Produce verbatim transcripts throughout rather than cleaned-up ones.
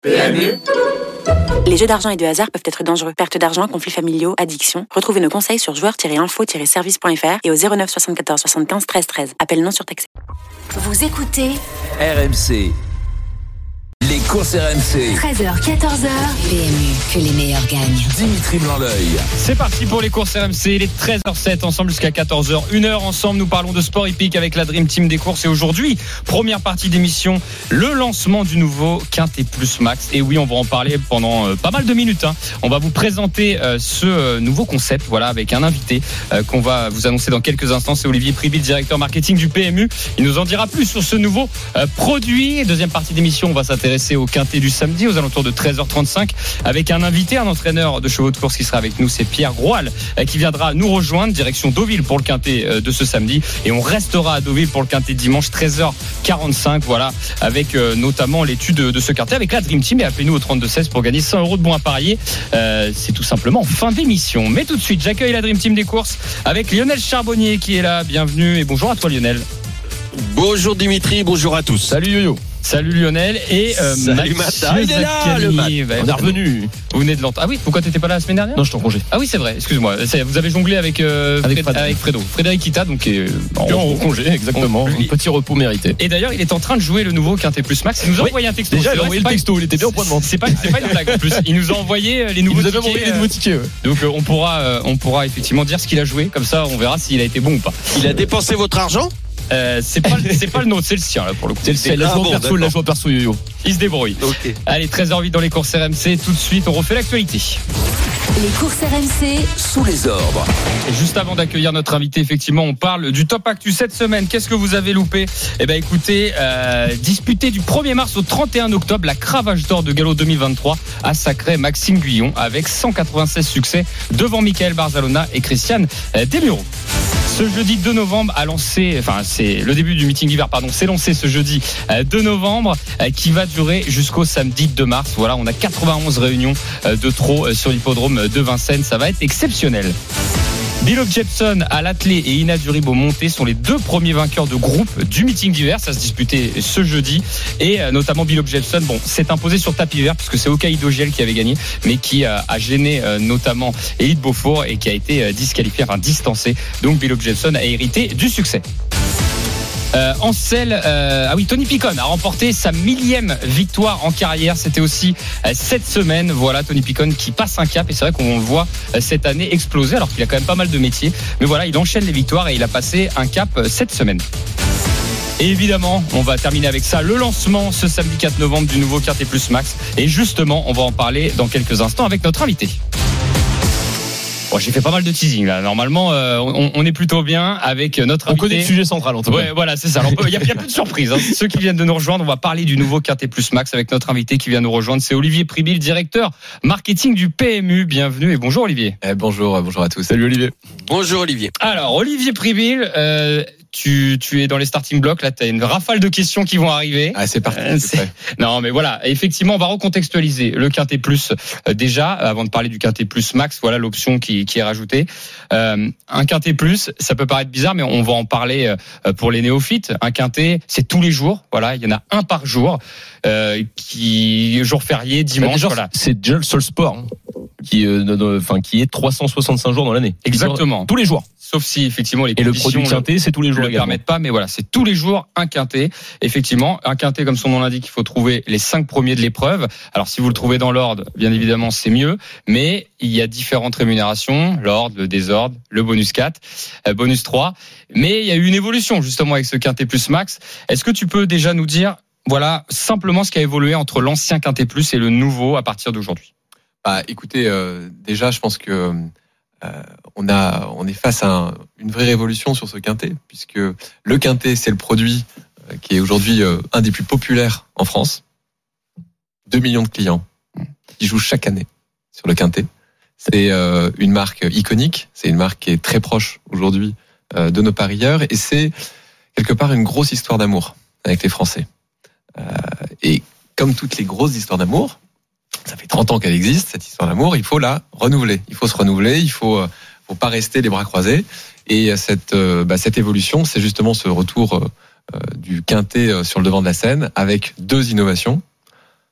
P M U. Les jeux d'argent et de hasard peuvent être dangereux. Perte d'argent, conflits familiaux, addiction. Retrouvez nos conseils sur joueurs tiret info tiret service point f r et au zéro neuf soixante-quatorze soixante-quinze treize treize. Appel non surtaxé. Vous écoutez R M C. Les courses R M C. treize heures quatorze heures. P M U, que les meilleurs gagnent. Dimitri Blanc-L'œil. C'est parti pour les courses R M C. Il est treize heures sept ensemble jusqu'à quatorze heures. Une heure ensemble, nous parlons de sport hippique avec la Dream Team des courses. Et aujourd'hui, première partie d'émission, le lancement du nouveau Quintet Plus Max. Et oui, on va en parler pendant euh, pas mal de minutes. Hein. On va vous présenter euh, ce euh, nouveau concept, voilà, avec un invité euh, qu'on va vous annoncer dans quelques instants. C'est Olivier Pribil, directeur marketing du P M U. Il nous en dira plus sur ce nouveau euh, produit. Et deuxième partie d'émission, on va s'intéresser au Quintet du samedi aux alentours de treize heures trente-cinq avec un invité, un entraîneur de chevaux de course qui sera avec nous, c'est Pierre Groal qui viendra nous rejoindre direction Deauville pour le Quintet de ce samedi et on restera à Deauville pour le Quintet dimanche treize heures quarante-cinq, voilà, avec notamment l'étude de ce Quintet avec la Dream Team. Et appelez-nous au trente-deux seize pour gagner cent euros de bons à parier. Euh, c'est tout simplement fin d'émission. Mais tout de suite, j'accueille la Dream Team des courses avec Lionel Charbonnier qui est là. Bienvenue et bonjour à toi Lionel. Bonjour Dimitri, bonjour à tous. Salut Yo-Yo. Salut Lionel et euh, Salut Matin, il est là le Mat. Bah, on est revenu. Vous venez de l'entendre. Ah oui, pourquoi t'étais pas là la semaine dernière? Non, je t'en congé. Ah oui, c'est vrai. Excuse-moi. Vous avez jonglé avec euh, avec, Fred, avec Fredo. Frédéric Kita, donc euh, en, en congé, exactement. On, un petit repos mérité. Et d'ailleurs, il est en train de jouer le nouveau Quintet Plus Max. Il nous a oui. envoyé un texto. Déjà, il a envoyé le texto. Il était bien au point de vente. C'est pas, c'est pas une blague en plus. Il nous a envoyé les nouveaux il nous tickets. Il envoyé les nouveaux tickets. Ouais. Donc euh, on pourra, euh, on pourra effectivement dire ce qu'il a joué. Comme ça, on verra s'il a été bon ou pas. Il a dépensé votre argent? Euh, c'est pas c'est pas le nôtre, c'est le sien là pour le coup. C'est, c'est la joie ah, bon, perso, la joie perso Yo-Yo. Il se débrouille. Okay. Allez, treize heures huit dans les courses R M C. Tout de suite, on refait l'actualité. Les courses R M C sous les ordres. Et juste avant d'accueillir notre invité, effectivement, on parle du Top Actu cette semaine. Qu'est-ce que vous avez loupé? Eh ben, écoutez, euh, disputé du premier mars au trente et un octobre, la Cravache d'Or de Galop deux mille vingt-trois a sacré Maxime Guyon avec cent quatre-vingt-seize succès devant Michael Barzalona et Christian Desmureaux. Ce jeudi deux novembre a lancé, enfin c'est le début du meeting d'hiver, pardon, c'est lancé ce jeudi deux novembre qui va durer jusqu'au samedi deux mars. Voilà, on a quatre-vingt-onze réunions de trot sur l'hippodrome de Vincennes, ça va être exceptionnel. Billock Jepson à l'attelé et Ina Duribo montée sont les deux premiers vainqueurs de groupe du meeting d'hiver. Ça se disputait ce jeudi et notamment Billock Jepson, bon, s'est imposé sur tapis vert puisque c'est Hokkaido Giel qui avait gagné, mais qui a, a gêné notamment Élite Beaufort et qui a été disqualifié, enfin distancé. Donc Billock Jepson a hérité du succès. Euh, en selle, euh, ah oui, Tony Picon a remporté sa millième victoire en carrière. C'était aussi euh, cette semaine. Voilà, Tony Picon qui passe un cap et c'est vrai qu'on le voit euh, cette année exploser alors qu'il a quand même pas mal de métiers. Mais voilà, il enchaîne les victoires et il a passé un cap euh, cette semaine. Et évidemment, on va terminer avec ça, le lancement ce samedi quatre novembre du nouveau Quintet Plus Max. Et justement, on va en parler dans quelques instants avec notre invité. Bon, j'ai fait pas mal de teasing là. Normalement, euh, on, on est plutôt bien avec notre on invité. On connaît le sujet central en tout cas. Ouais, voilà, c'est ça. Il y, y a plus de surprises. Hein. Ceux qui viennent de nous rejoindre, on va parler du nouveau Quintet Plus Max avec notre invité qui vient nous rejoindre. C'est Olivier Pribil, directeur marketing du P M U. Bienvenue et bonjour Olivier. Eh, bonjour, bonjour à tous. Salut Olivier. Bonjour Olivier. Alors Olivier Pribil, euh, tu, tu es dans les starting blocks. Là, tu as une rafale de questions qui vont arriver. Ah, c'est parti. Euh, c'est c'est... Non, mais voilà. Effectivement, on va recontextualiser le Quintet Plus euh, déjà avant de parler du Quintet Plus Max. Voilà l'option qui, qui est rajoutée. Euh, un Quintet Plus, ça peut paraître bizarre, mais on va en parler euh, pour les néophytes. Un Quintet, c'est tous les jours. Voilà, il y en a un par jour. Euh, qui jour férié, dimanche. Déjà, voilà. C'est déjà le seul sport hein, qui, euh, enfin, qui est trois cent soixante-cinq jours dans l'année. Exactement. Tous les jours. Sauf si effectivement les et le produit Quintet, c'est tous les jours. Ne le permettent pas, mais voilà, c'est tous les jours un Quintet. Effectivement, un Quintet comme son nom l'indique, il faut trouver les cinq premiers de l'épreuve. Alors si vous le trouvez dans l'ordre, bien évidemment, c'est mieux. Mais il y a différentes rémunérations, l'ordre, le désordre, le bonus quatre, euh, bonus trois. Mais il y a eu une évolution justement avec ce Quintet Plus Max. Est-ce que tu peux déjà nous dire, voilà, simplement ce qui a évolué entre l'ancien Quintet Plus et le nouveau à partir d'aujourd'hui? Bah, écoutez, euh, déjà, je pense que Euh, on a, on est face à un, une vraie révolution sur ce Quintet, puisque le Quintet, c'est le produit euh, qui est aujourd'hui euh, un des plus populaires en France. deux millions de clients qui jouent chaque année sur le Quintet. C'est euh, une marque iconique, c'est une marque qui est très proche aujourd'hui euh, de nos parieurs, et c'est quelque part une grosse histoire d'amour avec les Français. Euh, et comme toutes les grosses histoires d'amour, ça fait trente ans qu'elle existe, cette histoire d'amour, il faut la renouveler. Il faut se renouveler, il faut, euh, faut pas rester les bras croisés. Et cette, euh, bah, cette évolution, c'est justement ce retour euh, du Quintet sur le devant de la scène avec deux innovations.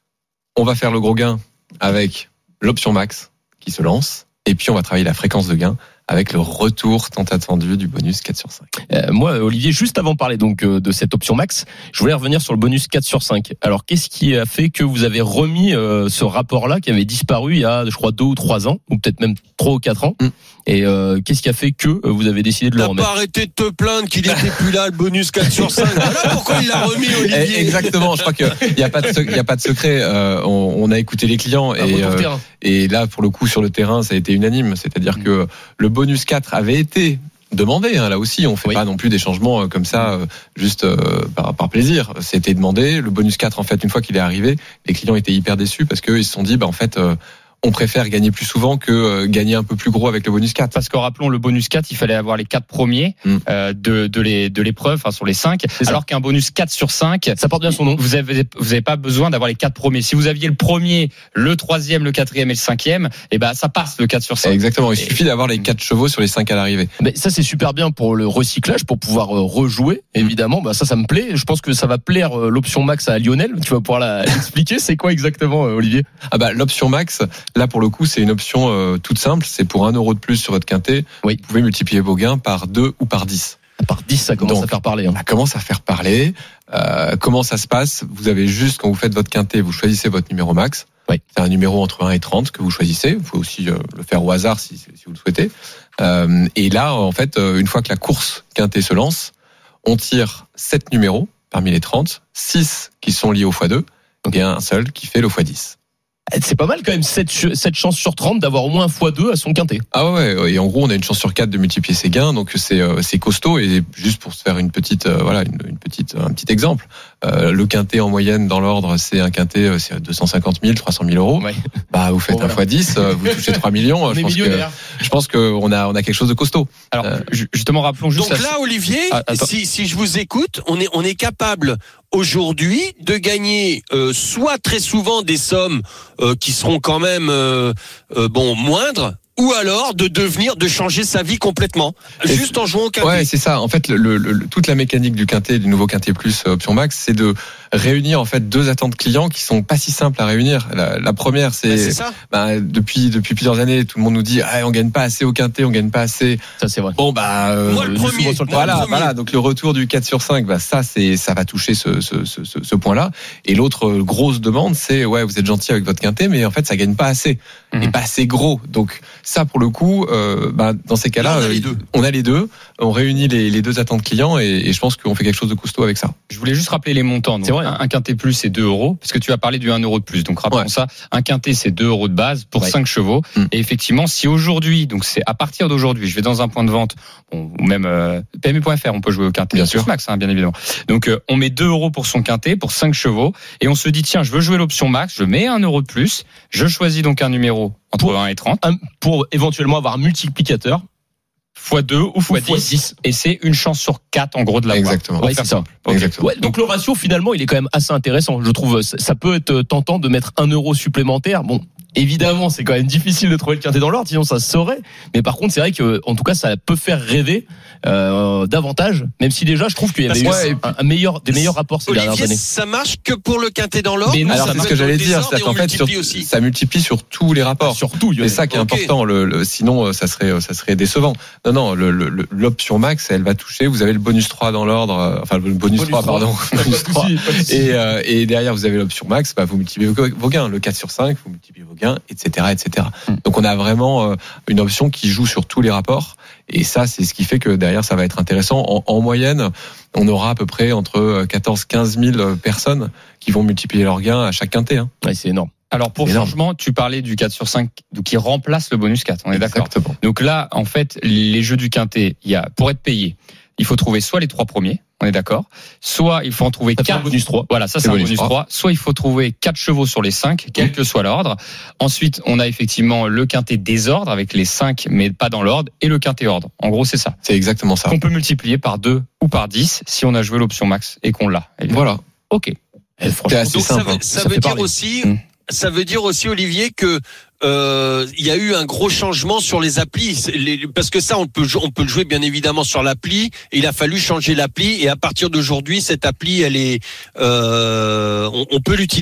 on va faire le gros gain avec l'option max qui se lance. Et puis, on va travailler la fréquence de gain avec le retour tant attendu du bonus quatre sur cinq. Euh, moi, Olivier, juste avant de parler donc euh, de cette option max, je voulais revenir sur le bonus quatre sur cinq. Alors, qu'est-ce qui a fait que vous avez remis euh, ce rapport-là qui avait disparu il y a, je crois, deux ou trois ans, ou peut-être même trois ou quatre ans mm. Et euh, qu'est-ce qui a fait que euh, vous avez décidé de le T'as remettre? T'as pas arrêté de te plaindre qu'il était plus là, le bonus quatre sur cinq. Voilà pourquoi il l'a remis, Olivier. Exactement. Je crois qu'il n'y a pas de secret. Il y a pas de secret. Euh, on, on a écouté les clients et, euh, et là, pour le coup, sur le terrain, ça a été unanime. C'est-à-dire mmh. que le bonus quatre avait été demandé. Hein, là aussi, on fait oui. pas non plus des changements comme ça, euh, juste euh, par, par plaisir. C'était demandé. Le bonus quatre, en fait, une fois qu'il est arrivé, les clients étaient hyper déçus parce qu'ils se sont dit, bah en fait. Euh, on préfère gagner plus souvent que euh, gagner un peu plus gros avec le bonus quatre. Parce que rappelons, le bonus quatre, il fallait avoir les quatre premiers mm. euh, de, de, les, de l'épreuve, enfin sur les cinq, alors qu'un bonus quatre sur cinq, ça porte bien son nom. Vous avez, vous avez pas besoin d'avoir les quatre premiers. Si vous aviez le premier, le troisième, le quatrième et le cinquième, eh ben ça passe le quatre sur cinq. Exactement. Il et... suffit d'avoir les quatre chevaux sur les cinq à l'arrivée. Mais ça c'est super bien pour le recyclage, pour pouvoir rejouer. Évidemment, bah ça, ça me plaît. Je pense que ça va plaire l'option max à Lionel. Tu vas pouvoir la expliquer. C'est quoi exactement, Olivier? Ah bah l'option max, là pour le coup, c'est une option euh, toute simple, c'est pour un euro de plus sur votre quintet, oui. Vous pouvez multiplier vos gains par deux ou par dix. Par dix, ça commence Donc, à faire parler. Hein. Ça commence à faire parler. Euh, comment ça se passe? Vous avez juste, quand vous faites votre quintet, vous choisissez votre numéro max. Oui. C'est un numéro entre un et trente que vous choisissez. Vous pouvez aussi euh, le faire au hasard si, si vous le souhaitez. Euh, et là, en fait, une fois que la course quintet se lance, on tire sept numéros parmi les trente, six qui sont liés au fois deux, okay. Et un seul qui fait le fois dix. C'est pas mal quand même, sept chances sur trente d'avoir au moins un fois deux à son quintet. Ah ouais, et en gros on a une chance sur quatre de multiplier ses gains, donc c'est c'est costaud. Et juste pour se faire une petite euh, voilà une, une petite un petit exemple, euh, le quintet en moyenne dans l'ordre c'est un quintet c'est deux cent cinquante mille, trois cent mille euros. Ouais. Bah vous faites bon, un voilà. fois dix, vous touchez trois millions. Je pense que je pense que on a on a quelque chose de costaud. Alors euh, justement rappelons juste. Donc là Olivier, ah, si si je vous écoute, on est on est capable aujourd'hui de gagner euh, soit très souvent des sommes euh, qui seront quand même euh, euh, bon moindres, ou alors de devenir, de changer sa vie complètement, et juste en jouant au quintet. Ouais, c'est ça. En fait, le, le, toute la mécanique du quintet, du nouveau quintet plus euh, option max, c'est de réunir en fait deux attentes clients qui sont pas si simples à réunir. La, la première, c'est, c'est ça. Bah, depuis depuis plusieurs années, tout le monde nous dit ah, on gagne pas assez au quintet, on gagne pas assez. Ça c'est vrai. Bon bah euh, moi le premier. Sur le voilà, le premier. voilà. Donc le retour du quatre sur cinq, bah ça c'est ça va toucher ce ce ce, ce, ce point-là. Et l'autre euh, grosse demande, c'est ouais vous êtes gentil avec votre quintet, mais en fait ça gagne pas assez mmh. et pas assez gros. Donc ça pour le coup, euh, bah, dans ces cas-là, Là, on, a les deux. on a les deux, on réunit les, les deux attentes clients et, et je pense qu'on fait quelque chose de costaud avec ça. Je voulais juste rappeler les montants. Donc, c'est vrai. Un, un quintet plus c'est deux euros, parce que tu as parlé du un euro de plus. Donc rappelons ouais. ça. Un quintet c'est deux euros de base pour ouais. cinq chevaux. Mmh. Et effectivement, si aujourd'hui, donc c'est à partir d'aujourd'hui, je vais dans un point de vente, bon, ou même euh, P M U point F R, on peut jouer au quintet, bien sûr, max, hein, bien évidemment. Donc euh, on met deux euros pour son quintet pour cinq chevaux et on se dit tiens, je veux jouer l'option max, je mets un euro de plus, je choisis donc un numéro entre pour, un et trente un, pour éventuellement avoir un multiplicateur fois deux ou fois dix, et c'est une chance sur quatre en gros de l'avoir. Exactement. Ouais, c'est ça. Okay. Exactement. Ouais, donc le ratio finalement il est quand même assez intéressant. Je trouve ça peut être tentant de mettre un euro supplémentaire. Bon, évidemment c'est quand même difficile de trouver le quintet dans l'ordre, sinon ça se saurait. Mais par contre c'est vrai que en tout cas ça peut faire rêver euh, davantage. Même si déjà je trouve qu'il y avait ouais, eu un, un meilleur, des meilleurs rapports ces Olivier, dernières années. Ça marche que pour le quintet dans l'ordre. Alors c'est ce que j'allais dire, c'est qu'en fait sur, ça multiplie sur tous les rapports. Surtout, c'est ça qui est okay. important. Le, le, sinon ça serait ça serait décevant. Non non, le, le, l'option max elle va toucher. Vous avez le bonus trois dans l'ordre, enfin le bonus, bonus trois, trois pardon. bonus trois. Et, euh, et derrière vous avez l'option max, bah, vous multipliez vos, vos gains. Le quatre sur cinq, vous multipliez vos gains, et cetera, et cetera. Mm. Donc on a vraiment euh, une option qui joue sur tous les rapports. Et ça, c'est ce qui fait que derrière, ça va être intéressant. En, en moyenne, on aura à peu près entre quatorze à quinze mille personnes qui vont multiplier leurs gains à chaque quintet. Hein. Ouais, c'est énorme. Alors pour changement, tu parlais du quatre sur cinq donc qui remplace le bonus quatre, on est d'accord. Exactement. Donc là, en fait, les jeux du quintet, il y a pour être payé, il faut trouver soit les trois premiers, on est d'accord, soit il faut en trouver quatre bonus trois. Voilà, ça c'est, c'est un bonus trois, soit il faut trouver quatre chevaux sur les cinq, quel que soit l'ordre. Ensuite, on a effectivement le quintet désordre avec les cinq mais pas dans l'ordre et le quintet ordre. En gros, c'est ça. C'est exactement ça. Qu'on peut multiplier par deux ou par dix si on a joué l'option max et qu'on l'a. Évidemment. Voilà. OK. C'est assez donc simple. Ça veut, ça ça veut dire parler. aussi hum. Ça veut dire aussi, Olivier, que euh, il y a eu un gros changement sur les applis, les, parce que ça, on peut on peut le jouer bien évidemment sur l'appli. Et il a fallu changer l'appli, et à partir d'aujourd'hui, cette appli, elle est, euh, on, on peut l'utiliser.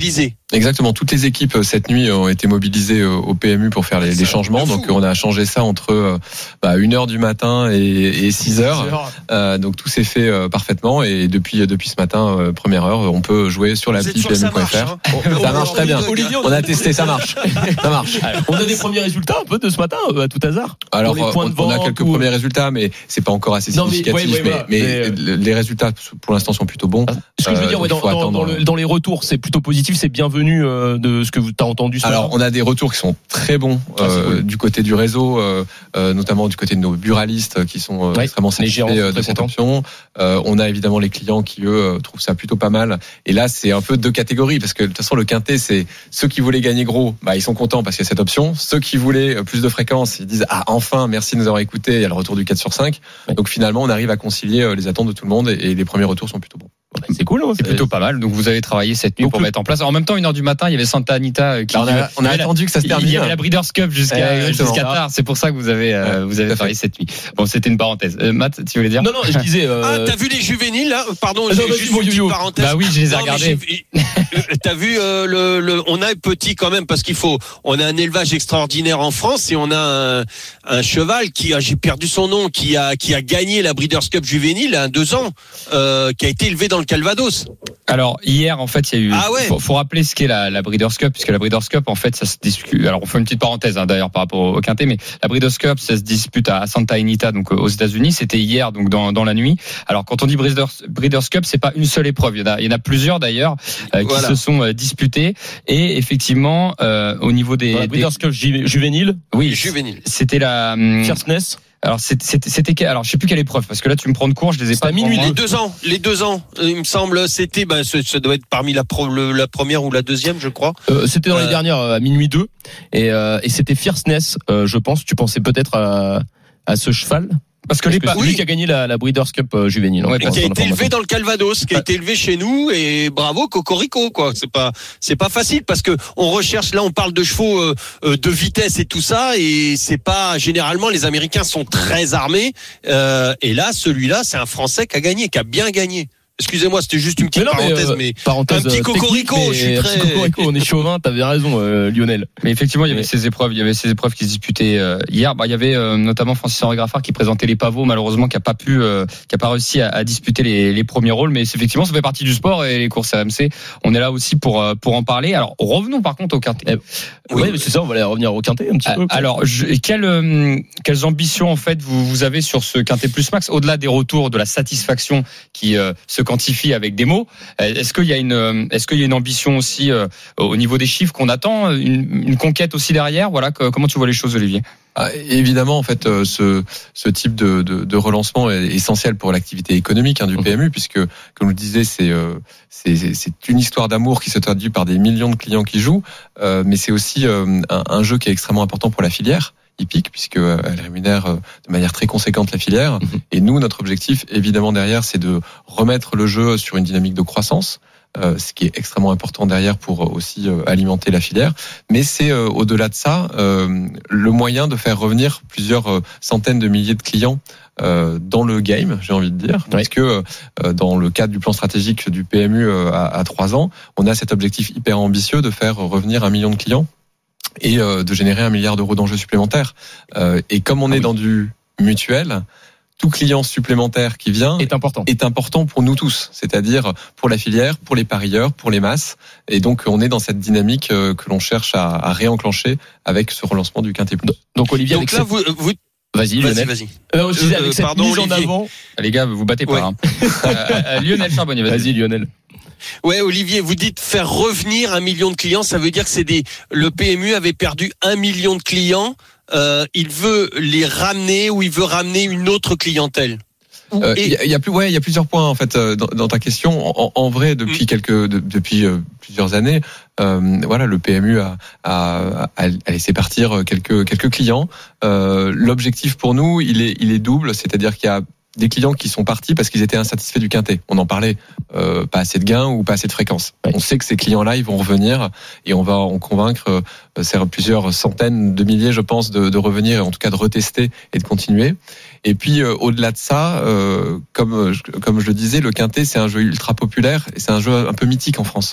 Exactement. Toutes les équipes cette nuit ont été mobilisées au P M U pour faire les, les changements. Donc on a changé ça entre bah, une heure du matin et, et six heures. Euh, donc tout s'est fait euh, parfaitement et depuis depuis ce matin euh, première heure, on peut jouer sur l'appli P M U point F R. Ça, ça marche très bien. Olivier, on a testé, ça marche. Ça marche. On a des premiers résultats un peu de ce matin à tout hasard. Alors on, on a quelques ou... premiers résultats, mais c'est pas encore assez significatif. Non, mais, ouais, ouais, ouais, mais, mais, mais les résultats pour l'instant sont plutôt bons. Ce que je veux dire, euh, ouais, dans, dans, dans, le, dans les retours, c'est plutôt positif, c'est bienvenu. De ce que tu as entendu ce Alors matin. On a des retours qui sont très bons euh, ah, cool. du côté du réseau, euh, notamment du côté de nos buralistes qui sont ouais, extrêmement satisfaits de cette option. Euh, on a évidemment les clients qui eux trouvent ça plutôt pas mal. Et là c'est un peu deux catégories parce que de toute façon le quintet c'est ceux qui voulaient gagner gros, bah ils sont contents parce qu'il y a cette option. Ceux qui voulaient plus de fréquences, ils disent ah enfin merci de nous avoir écoutés. Il y a le retour du quatre sur cinq. Ouais. Donc finalement on arrive à concilier les attentes de tout le monde et, et les premiers retours sont plutôt bons. C'est cool, hein, c'est plutôt pas mal. Donc vous avez travaillé cette nuit Donc pour le... mettre en place. En même temps, une heure du matin, il y avait Santa Anita qui. Alors on a, on a attendu que ça se termine. Il y avait la Breeders' Cup jusqu'à euh, jusqu'à tard. C'est pour ça que vous avez euh, vous avez travaillé cette nuit. Bon, c'était une parenthèse. Euh, Matt, tu voulais dire? Non, non, je disais. Euh... Ah, t'as vu les juvéniles là? Pardon, ah, j'ai non, juste une petite parenthèse. Bah oui, je les ai non, regardés. T'as vu euh, le, le, on a un petit quand même parce qu'il faut. On a un élevage extraordinaire en France et on a un, un cheval qui a, j'ai perdu son nom, qui a qui a gagné la Breeders' Cup juvénile à deux ans, euh, qui a été élevé dans le Calvados. Alors hier en fait il y a eu ah ouais. faut, faut rappeler ce qu'est la, la Breeders' Cup puisque la Breeders' Cup en fait ça se dispute. Alors on fait une petite parenthèse hein, d'ailleurs par rapport au quintet, mais la Breeders' Cup ça se dispute à Santa Anita donc aux États-Unis. C'était hier donc dans dans la nuit. Alors quand on dit Breeders' Breeders' Cup c'est pas une seule épreuve. Il y en a il y en a plusieurs d'ailleurs euh, qui voilà. se sont euh, disputées et effectivement euh, au niveau des, des... Breeders' Cup juvénile. Oui juvénile. C'était la um... Fierceness. Alors c'était c'était alors je sais plus quelle épreuve parce que là tu me prends de court, je les ai pas à minuit les deux ans les deux ans il me semble c'était bah ça, ça doit être parmi la pro, le, la première ou la deuxième je crois euh, c'était dans euh... les dernières à minuit deux et euh, et c'était Fierceness euh, je pense tu pensais peut-être à à ce cheval parce que, parce que c'est lui oui. qui a gagné la, la Breeders' Cup euh, juvénile. Ouais, qui a été élevé dans le Calvados, qui a été élevé chez nous et bravo Cocorico quoi. C'est pas c'est pas facile parce que on recherche là on parle de chevaux euh, de vitesse et tout ça et c'est pas généralement les Américains sont très armés euh, et là celui-là c'est un Français qui a gagné, qui a bien gagné. Excusez-moi, c'était juste une petite mais non, parenthèse, mais, euh, mais parenthèse un petit cocorico. Technique, je suis très. Cocorico, on est chauvin. T'avais raison, euh, Lionel. Mais effectivement, il y avait mais... ces épreuves, il y avait ces épreuves qui se disputaient euh, hier. Bah, il y avait euh, notamment Francis-Henri Graffard qui présentait les pavots, malheureusement, qui a pas pu, euh, qui a pas réussi à, à disputer les, les premiers rôles. Mais effectivement, ça fait partie du sport et les courses R M C. On est là aussi pour euh, pour en parler. Alors, revenons par contre au quintet. Eh, oui, oui, mais c'est ça. On va aller revenir au quintet un petit peu. Alors, je, quelles euh, quelles ambitions en fait vous vous avez sur ce quintet plus max au-delà des retours, de la satisfaction qui euh, se quantifie avec des mots. Est-ce qu'il y a une, est-ce qu'il y a une ambition aussi euh, au niveau des chiffres qu'on attend, une, une conquête aussi derrière. Voilà, que, comment tu vois les choses, Olivier? Ah, évidemment, en fait, euh, ce, ce type de, de, de relancement est essentiel pour l'activité économique hein, du P M U, puisque, comme je le disais, c'est, euh, c'est, c'est une histoire d'amour qui se traduit par des millions de clients qui jouent, euh, mais c'est aussi euh, un, un jeu qui est extrêmement important pour la filière hippique, puisque elle rémunère de manière très conséquente la filière. Mmh. Et nous, notre objectif, évidemment, derrière, c'est de remettre le jeu sur une dynamique de croissance. Euh, ce qui est extrêmement important derrière pour aussi euh, alimenter la filière. Mais c'est euh, au-delà de ça euh, le moyen de faire revenir plusieurs euh, centaines de milliers de clients euh, dans le game, j'ai envie de dire, oui. Parce que euh, dans le cadre du plan stratégique du P M U euh, à, à trois ans, on a cet objectif hyper ambitieux de faire revenir un million de clients et euh, de générer un milliard d'euros d'enjeux supplémentaires. Euh, et comme on ah est oui. dans du mutuel, tout client supplémentaire qui vient est important. est important pour nous tous, c'est-à-dire pour la filière, pour les parieurs, pour les masses. Et donc, on est dans cette dynamique que l'on cherche à, à réenclencher avec ce relancement du Quintet Plus. Donc, Olivier, donc là, vous, vous... Vas-y, vas-y, Lionel. Vas-y. Euh, je disais, avec euh, cette pardon, mise en Olivier. avant. Les gars, vous battez pas. Ouais. Hein. euh, euh, Lionel Charbonnier, vas-y. Vas-y, Lionel. Ouais, Olivier, vous dites faire revenir un million de clients, ça veut dire que c'est des. Le P M U avait perdu un million de clients. Euh, il veut les ramener ou il veut ramener une autre clientèle. Il euh, y, a, y a plus, ouais, il y a plusieurs points en fait euh, dans, dans ta question. En, en vrai, depuis mmh. quelques, de, depuis euh, plusieurs années, euh, voilà, le P M U a, a, a, a laissé partir quelques quelques clients. Euh, l'objectif pour nous, il est, il est double, c'est-à-dire qu'il y a des clients qui sont partis parce qu'ils étaient insatisfaits du quintet. On en parlait, euh, pas assez de gains ou pas assez de fréquences. Ouais. On sait que ces clients-là, ils vont revenir et on va en convaincre euh, plusieurs centaines de milliers, je pense, de, de revenir et en tout cas de retester et de continuer. Et puis euh, au-delà de ça, euh, comme comme je le disais, le quintet c'est un jeu ultra populaire et c'est un jeu un peu mythique en France.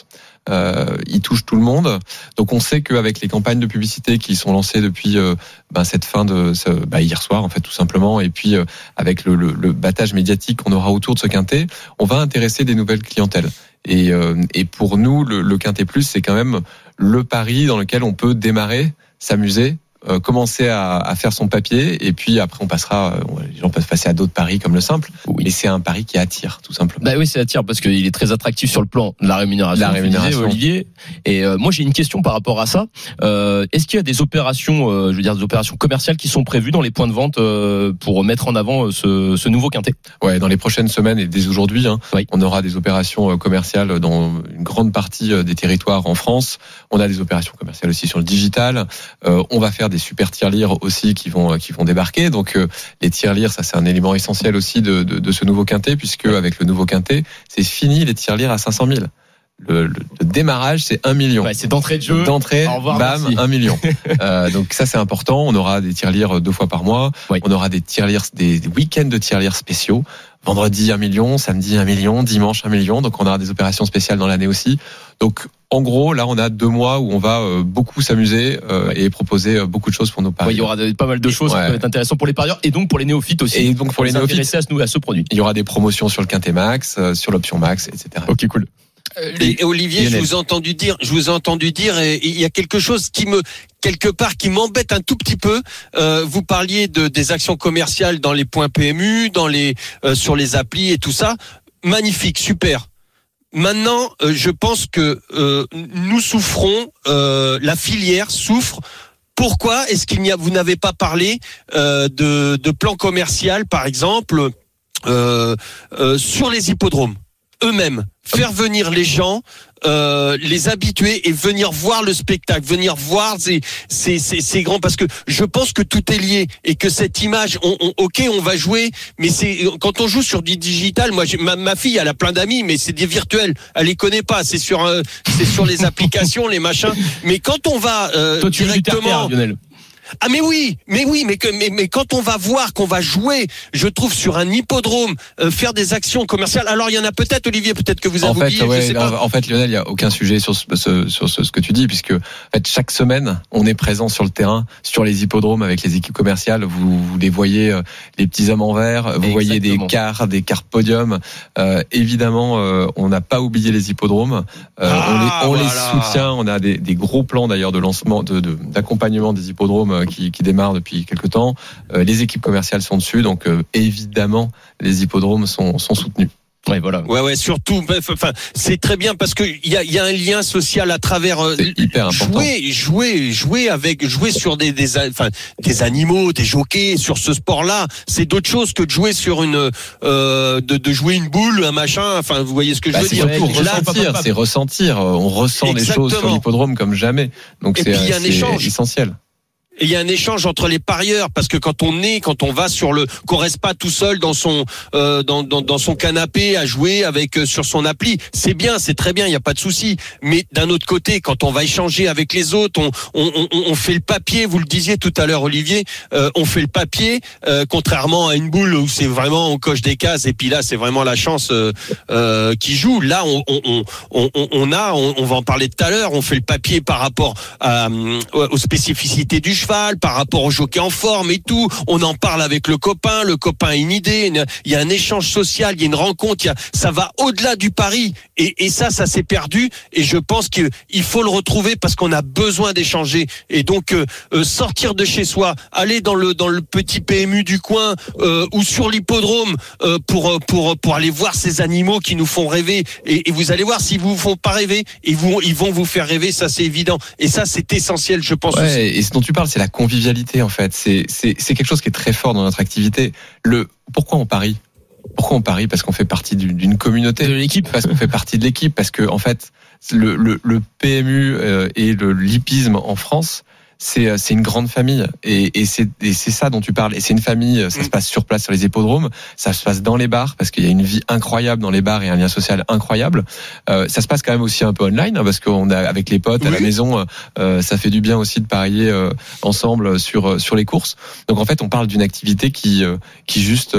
Euh, il touche tout le monde. Donc on sait qu'avec les campagnes de publicité qui sont lancées depuis euh, ben, cette fin de ce, ben, hier soir en fait tout simplement, et puis euh, avec le, le, le battage médiatique qu'on aura autour de ce quintet, on va intéresser des nouvelles clientèles. Et, euh, et pour nous, le, le Quintet Plus, c'est quand même le pari dans lequel on peut démarrer, s'amuser, euh, commencer à, à faire son papier, et puis après on passera, euh, les gens peuvent passer à d'autres paris comme le simple, oui. Mais c'est un pari qui attire tout simplement. Bah oui, c'est attire parce qu'il est très attractif sur le plan de la rémunération. La rémunération, disais, Olivier. Et euh, moi j'ai une question par rapport à ça. Euh, est-ce qu'il y a des opérations, euh, je veux dire des opérations commerciales qui sont prévues dans les points de vente euh, pour mettre en avant ce, ce nouveau quintet? Ouais, dans les prochaines semaines et dès aujourd'hui, hein, oui. On aura des opérations commerciales dans une grande partie des territoires en France. On a des opérations commerciales aussi sur le digital. Euh, on va faire des super tirelires aussi qui vont qui vont débarquer. Donc euh, les tirelires, ça c'est un élément essentiel aussi de, de, de ce nouveau quintet, puisque avec le nouveau quintet, c'est fini les tirelires à cinq cent mille. Le, le, le démarrage, c'est un million. Ouais, c'est d'entrée de jeu. D'entrée, revoir, bam, merci. un million. euh, donc ça, c'est important. On aura des tirelires deux fois par mois. Oui. On aura des tirelires, des, des week-ends de tirelires spéciaux. Vendredi, un million. Samedi, un million. Dimanche, un million. Donc on aura des opérations spéciales dans l'année aussi. Donc en gros, là, on a deux mois où on va euh, beaucoup s'amuser euh, et proposer euh, beaucoup de choses pour nos parieurs. Ouais, il y aura de, pas mal de choses ouais. qui peuvent être intéressantes pour les parieurs et donc pour les néophytes aussi. Et donc pour les néophytes, à ce, à ce produit. Il y aura des promotions sur le Quintet Max, euh, sur l'option Max, et cetera. Ok, cool. Et Olivier, je vous ai entendu dire, je vous ai entendu dire, et il y a quelque chose qui me, quelque part, qui m'embête un tout petit peu. Euh, vous parliez de des actions commerciales dans les points P M U, dans les, euh, sur les applis et tout ça. Magnifique, super. Maintenant, euh, je pense que euh, nous souffrons, euh, la filière souffre. Pourquoi est-ce qu'il n'y a, vous n'avez pas parlé euh, de, de plan commercial, par exemple, euh, euh, sur les hippodromes eux-mêmes? Faire venir les gens, euh, les habituer et venir voir le spectacle, venir voir ces, ces, ces, ces grands, parce que je pense que tout est lié et que cette image, on, on, ok, on va jouer, mais c'est quand on joue sur du digital. Moi, j'ai, ma, ma fille, elle a plein d'amis, mais c'est des virtuels, elle les connaît pas. C'est sur, euh, c'est sur les applications, les machins. Mais quand on va euh, Toi, tu directement. Lionel. Ah mais oui, mais oui, mais que mais, mais quand on va voir qu'on va jouer, je trouve sur un hippodrome, euh, faire des actions commerciales. Alors il y en a peut-être, Olivier, peut-être que vous avez en fait, oublié. ouais, je sais pas. En fait, Lionel, il y a aucun sujet sur ce, ce, sur ce, ce que tu dis, puisque en fait chaque semaine on est présent sur le terrain, sur les hippodromes avec les équipes commerciales. Vous, vous les voyez, euh, les petits hommes en vert. Vous Exactement. Voyez des quarts, des quarts podium. Euh, évidemment, euh, on n'a pas oublié les hippodromes. Euh, ah, on les, on voilà. les soutient. On a des, des gros plans d'ailleurs de lancement, de, de d'accompagnement des hippodromes qui, qui démarrent depuis quelques temps. Euh, les équipes commerciales sont dessus, donc euh, évidemment les hippodromes sont, sont soutenus. Ouais, voilà. Ouais, ouais, surtout. Enfin, c'est très bien parce que il y a, il y a un lien social à travers. C'est hyper important. Jouer, jouer, jouer avec, jouer sur des, des, enfin, des animaux, des jockeys sur ce sport-là. C'est d'autre chose que de jouer sur une, euh, de, de jouer une boule, un machin. Enfin, vous voyez ce que je bah, veux c'est dire. Surtout Là, ressentir, c'est ressentir. On ressent Exactement. les choses sur l'hippodrome comme jamais. Donc Et c'est, puis, il y a un c'est échange. essentiel. Et il y a un échange entre les parieurs, parce que quand on est, quand on va sur le, qu'on reste pas tout seul dans son, euh, dans, dans, dans son canapé à jouer avec euh, sur son appli, c'est bien, c'est très bien, il y a pas de souci. Mais d'un autre côté, quand on va échanger avec les autres, on, on, on, on fait le papier. Vous le disiez tout à l'heure, Olivier, euh, on fait le papier, euh, contrairement à une boule où c'est vraiment on coche des cases et puis là c'est vraiment la chance euh, euh, qui joue. Là, on, on, on, on, on a, on, on va en parler tout à l'heure, on fait le papier par rapport à, aux spécificités du cheval, par rapport au jockey en forme et tout. On en parle avec le copain, le copain a une idée, il y a un échange social, il y a une rencontre, il y a, ça va au-delà du pari. Et, et ça, ça s'est perdu. Et je pense qu'il faut le retrouver parce qu'on a besoin d'échanger. Et donc euh, euh, sortir de chez soi, aller dans le dans le petit P M U du coin euh, ou sur l'hippodrome euh, pour pour pour aller voir ces animaux qui nous font rêver. Et, et vous allez voir s'ils vous font pas rêver, ils vont ils vont vous faire rêver. Ça c'est évident. Et ça c'est essentiel, je pense. Ouais, aussi. Et ce dont tu parles, c'est la convivialité en fait. C'est c'est c'est quelque chose qui est très fort dans notre activité. Le pourquoi on parie? Pourquoi on parie? Parce qu'on fait partie d'une communauté, de l'équipe, parce qu'on fait partie de l'équipe, parce que en fait le le, le P M U euh, et le l'hippisme en France, c'est c'est une grande famille et et c'est et c'est ça dont tu parles. Et c'est une famille, ça se passe sur place sur les hippodromes, ça se passe dans les bars parce qu'il y a une vie incroyable dans les bars et un lien social incroyable. Euh, ça se passe quand même aussi un peu online hein, parce qu'on a avec les potes à oui. la maison, euh, ça fait du bien aussi de parier euh, ensemble sur sur les courses. Donc en fait, on parle d'une activité qui euh, qui juste euh,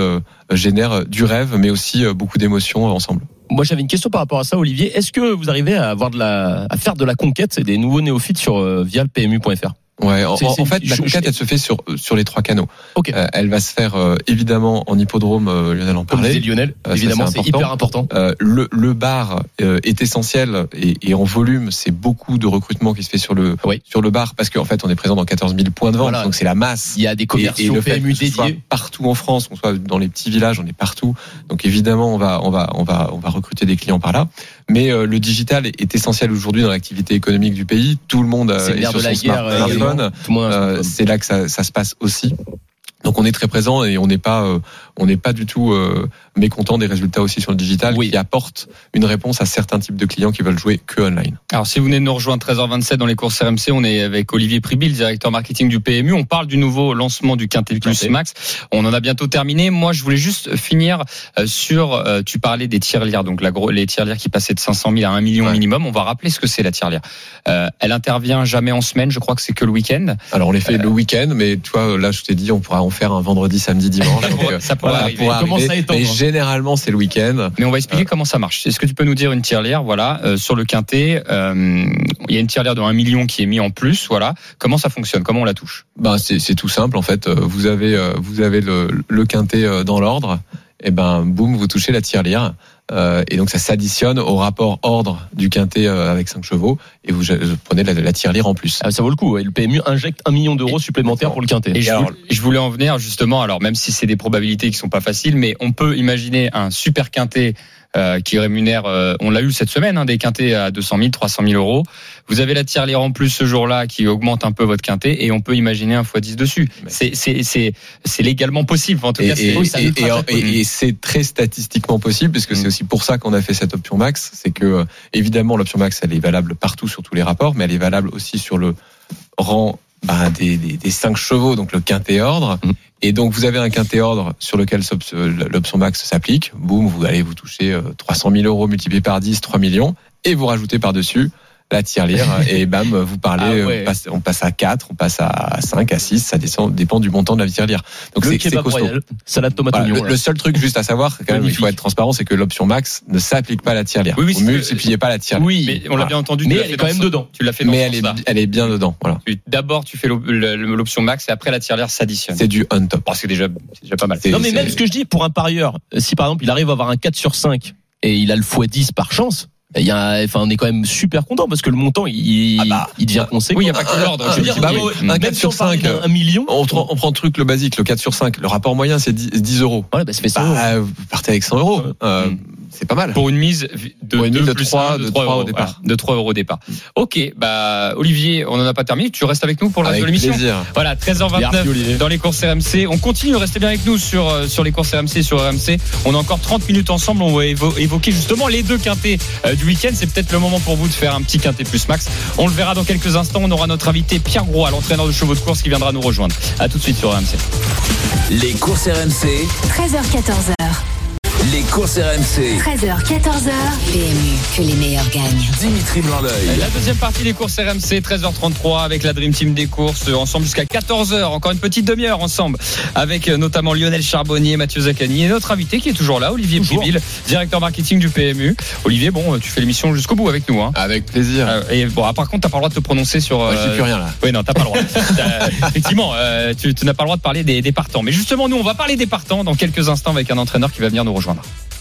génère du rêve, mais aussi beaucoup d'émotions ensemble. Moi, j'avais une question par rapport à ça, Olivier. Est-ce que vous arrivez à avoir de la, à faire de la conquête des nouveaux néophytes sur euh, via le P M U point F R? Ouais, en, c'est, c'est, en fait, la conquête, elle se fait sur sur les trois canaux. Okay. Euh, elle va se faire euh, évidemment en hippodrome. Euh, Lionel en parlait. Comme disait Lionel, euh, évidemment, ça, c'est, c'est hyper important. Euh, le le bar euh, est essentiel et, et en volume, c'est beaucoup de recrutement qui se fait sur le oui. sur le bar parce qu'en fait, on est présent dans quatorze mille points de vente, voilà. Donc c'est la masse. Il y a des commerciaux et, et le P M U fait dédiés partout en France, qu'on soit dans les petits villages, on est partout. Donc évidemment, on va on va on va on va recruter des clients par là. Mais euh, le digital est, est essentiel aujourd'hui dans l'activité économique du pays. Tout le monde euh, est, est sur son smartphone. Euh, c'est là que ça, ça se passe aussi. Donc on est très présent et on n'est pas, euh, on n'est pas du tout euh, mécontent des résultats aussi sur le digital, oui. qui apportent une réponse à certains types de clients qui veulent jouer que online. Alors si vous venez de nous rejoindre treize heures vingt-sept dans les courses R M C, on est avec Olivier Pribil, directeur marketing du P M U. On parle du nouveau lancement du Quintet Plus Quintet. Max. On en a bientôt terminé. Moi, je voulais juste finir sur. Euh, tu parlais des tirelires, donc la gros, les tirelires qui passaient de cinq cent mille à un million ouais. minimum. On va rappeler ce que c'est la tirelire. Euh, elle intervient jamais en semaine. Je crois que c'est que le week-end. Alors on les fait euh, le week-end, mais tu vois, là je t'ai dit, on pourra en faire un vendredi, samedi, dimanche. ça pourrait, ça pourrait voilà, arriver. Comment ça étendre. Mais généralement, c'est le week-end. Mais on va expliquer euh. comment ça marche. Est-ce que tu peux nous dire une tirelire, voilà, euh, sur le Quintet, euh, il y a une tirelire de un million qui est mise en plus, voilà. Comment ça fonctionne? Comment on la touche? Bah, c'est, c'est tout simple, en fait. Vous avez, vous avez le, le Quintet dans l'ordre. Et ben, boum, vous touchez la tirelire. Euh, et donc ça s'additionne au rapport ordre du Quintet euh, avec cinq chevaux et vous, vous prenez la, la tirelire en plus. Ah, ça vaut le coup. Et le P M U injecte un million d'euros supplémentaires pour le Quintet. Et, et je, alors, voulais, je voulais en venir justement. Alors même si c'est des probabilités qui sont pas faciles, mais on peut imaginer un super Quintet euh, qui rémunère. Euh, on l'a eu cette semaine, hein, des Quintets à deux cent mille, trois cent mille euros. Vous avez la tirelire en plus ce jour-là qui augmente un peu votre Quintet et on peut imaginer un fois dix dessus. Mais c'est c'est c'est c'est légalement possible. En tout et, cas, c'est, et, oui, ça et, et, et, et c'est très statistiquement possible puisque mmh. c'est aussi pour ça qu'on a fait cette option max. C'est que évidemment l'option max elle est valable partout sur tous les rapports, mais elle est valable aussi sur le rang bah, des, des des cinq chevaux, donc le Quintet ordre. Mmh. Et donc vous avez un Quintet ordre sur lequel l'option max s'applique. Boum, vous allez vous toucher trois cent mille euros multiplié par dix, trois millions, et vous rajoutez par dessus la tirelire et bam, vous parlez, ah ouais. on, passe, on passe à quatre, on passe à cinq, à six, ça descend, dépend du montant de la tirelire. Donc le c'est, c'est costaud. Royal, salade tomate voilà, oignon. Le, le seul truc juste à savoir, quand même, il faut être transparent, c'est que l'option max ne s'applique pas à la tirelire. Oui, oui, vous multipliez pas la tirelire. Oui, mais on l'a voilà. bien entendu. Mais elle est quand même dedans. Tu l'as fait dans mais elle est, elle est bien dedans. Voilà. D'abord, tu fais l'option max et après la tirelire s'additionne. C'est du on top. Parce que déjà, c'est déjà pas mal. C'est, non, mais c'est... même ce que je dis pour un parieur, si par exemple il arrive à avoir un quatre sur cinq et il a le fois dix par chance. Il y a, enfin, on est quand même super content parce que le montant, il, ah bah, il devient conséquent. Oui, il n'y a pas que l'ordre. Je veux dire, bah, oui, un quatre sur cinq, un million. On, on prend le truc, le basique, le quatre sur cinq. Le rapport moyen, c'est dix euros. Ouais, bah, ça fait cent euros. Bah, vous partez avec cent euros. Euh, mmh. C'est pas mal. Pour une mise de, une deux mise de plus trois, un, de de trois, trois euros, au départ. Voilà, de trois euros au départ. Ok, bah, Olivier, on n'en a pas terminé. Tu restes avec nous pour le reste de l'émission. Plaisir. Voilà, treize heures vingt-neuf Merci, dans les courses R M C. On continue, restez bien avec nous sur, sur les courses R M C, sur R M C. On a encore trente minutes ensemble. On va évo- évoquer justement les deux quintets euh, du week-end. C'est peut-être le moment pour vous de faire un petit Quintet plus max. On le verra dans quelques instants. On aura notre invité Pierre Gros, l'entraîneur de chevaux de course, qui viendra nous rejoindre. À tout de suite sur R M C. Les courses R M C. treize heures quatorze heures. Les courses R M C. treize heures quatorze heures. P M U, que les meilleurs gagnent. Dimitri Blanc-L'Oeil. La deuxième partie des courses R M C, treize heures trente-trois avec la Dream Team des courses, ensemble jusqu'à quatorze heures. Encore une petite demi-heure ensemble avec notamment Lionel Charbonnier, Mathieu Zaccani et notre invité qui est toujours là, Olivier Pribil, directeur marketing du P M U. Olivier, bon, tu fais l'émission jusqu'au bout avec nous. Hein. Avec plaisir. Euh, et bon, par contre, t'as pas le droit de te prononcer sur. Euh... Ouais, j'ai plus rien là. Oui, non, t'as pas le droit. Effectivement, euh, tu, tu n'as pas le droit de parler des, des partants. Mais justement, nous, on va parler des partants dans quelques instants avec un entraîneur qui va venir nous rejoindre.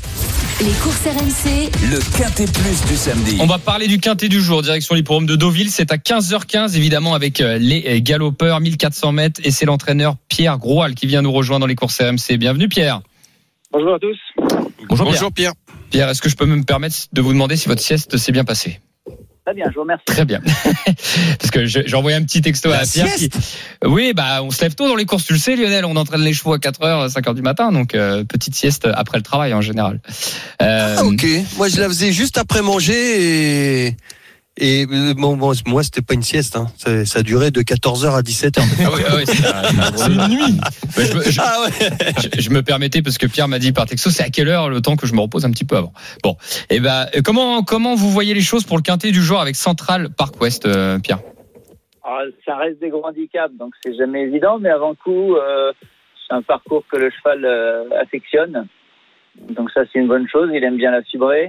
Les courses R M C. Le Quintet Plus du samedi. On va parler du Quintet du jour, direction l'hippodrome de Deauville. C'est à quinze heures quinze, évidemment, avec les galopeurs, mille quatre cents mètres. Et c'est l'entraîneur Pierre Groal qui vient nous rejoindre dans les courses R M C. Bienvenue, Pierre. Bonjour à tous. Bonjour, Bonjour Pierre. Pierre. Pierre, est-ce que je peux me permettre de vous demander si votre sieste s'est bien passée? Très bien, je vous remercie. Très bien. Parce que j'ai envoyé un petit texto La à Pierre. Qui... Oui, bah, on se lève tôt dans les courses, tu le sais, Lionel. On entraîne les chevaux à quatre heures, cinq heures du matin. Donc, euh, petite sieste après le travail, en général. Euh... Ah, ok. Moi, je la faisais juste après manger et, et bon, bon, moi, c'était pas une sieste, hein. Ça, ça durait de quatorze heures à dix-sept heures. Ah oui, ah oui, c'est, un... c'est une nuit. Ouais, je, je, ah ouais. je, je me permettais parce que Pierre m'a dit par texto, c'est à quelle heure le temps que je me repose un petit peu avant. Bon. Et ben, bah, comment, comment vous voyez les choses pour le Quintet du jour avec Central Park West, euh, Pierre? Alors, ça reste des gros handicaps, donc c'est jamais évident, mais avant coup, euh, c'est un parcours que le cheval euh, affectionne. Donc ça, c'est une bonne chose. Il aime bien la fibrer.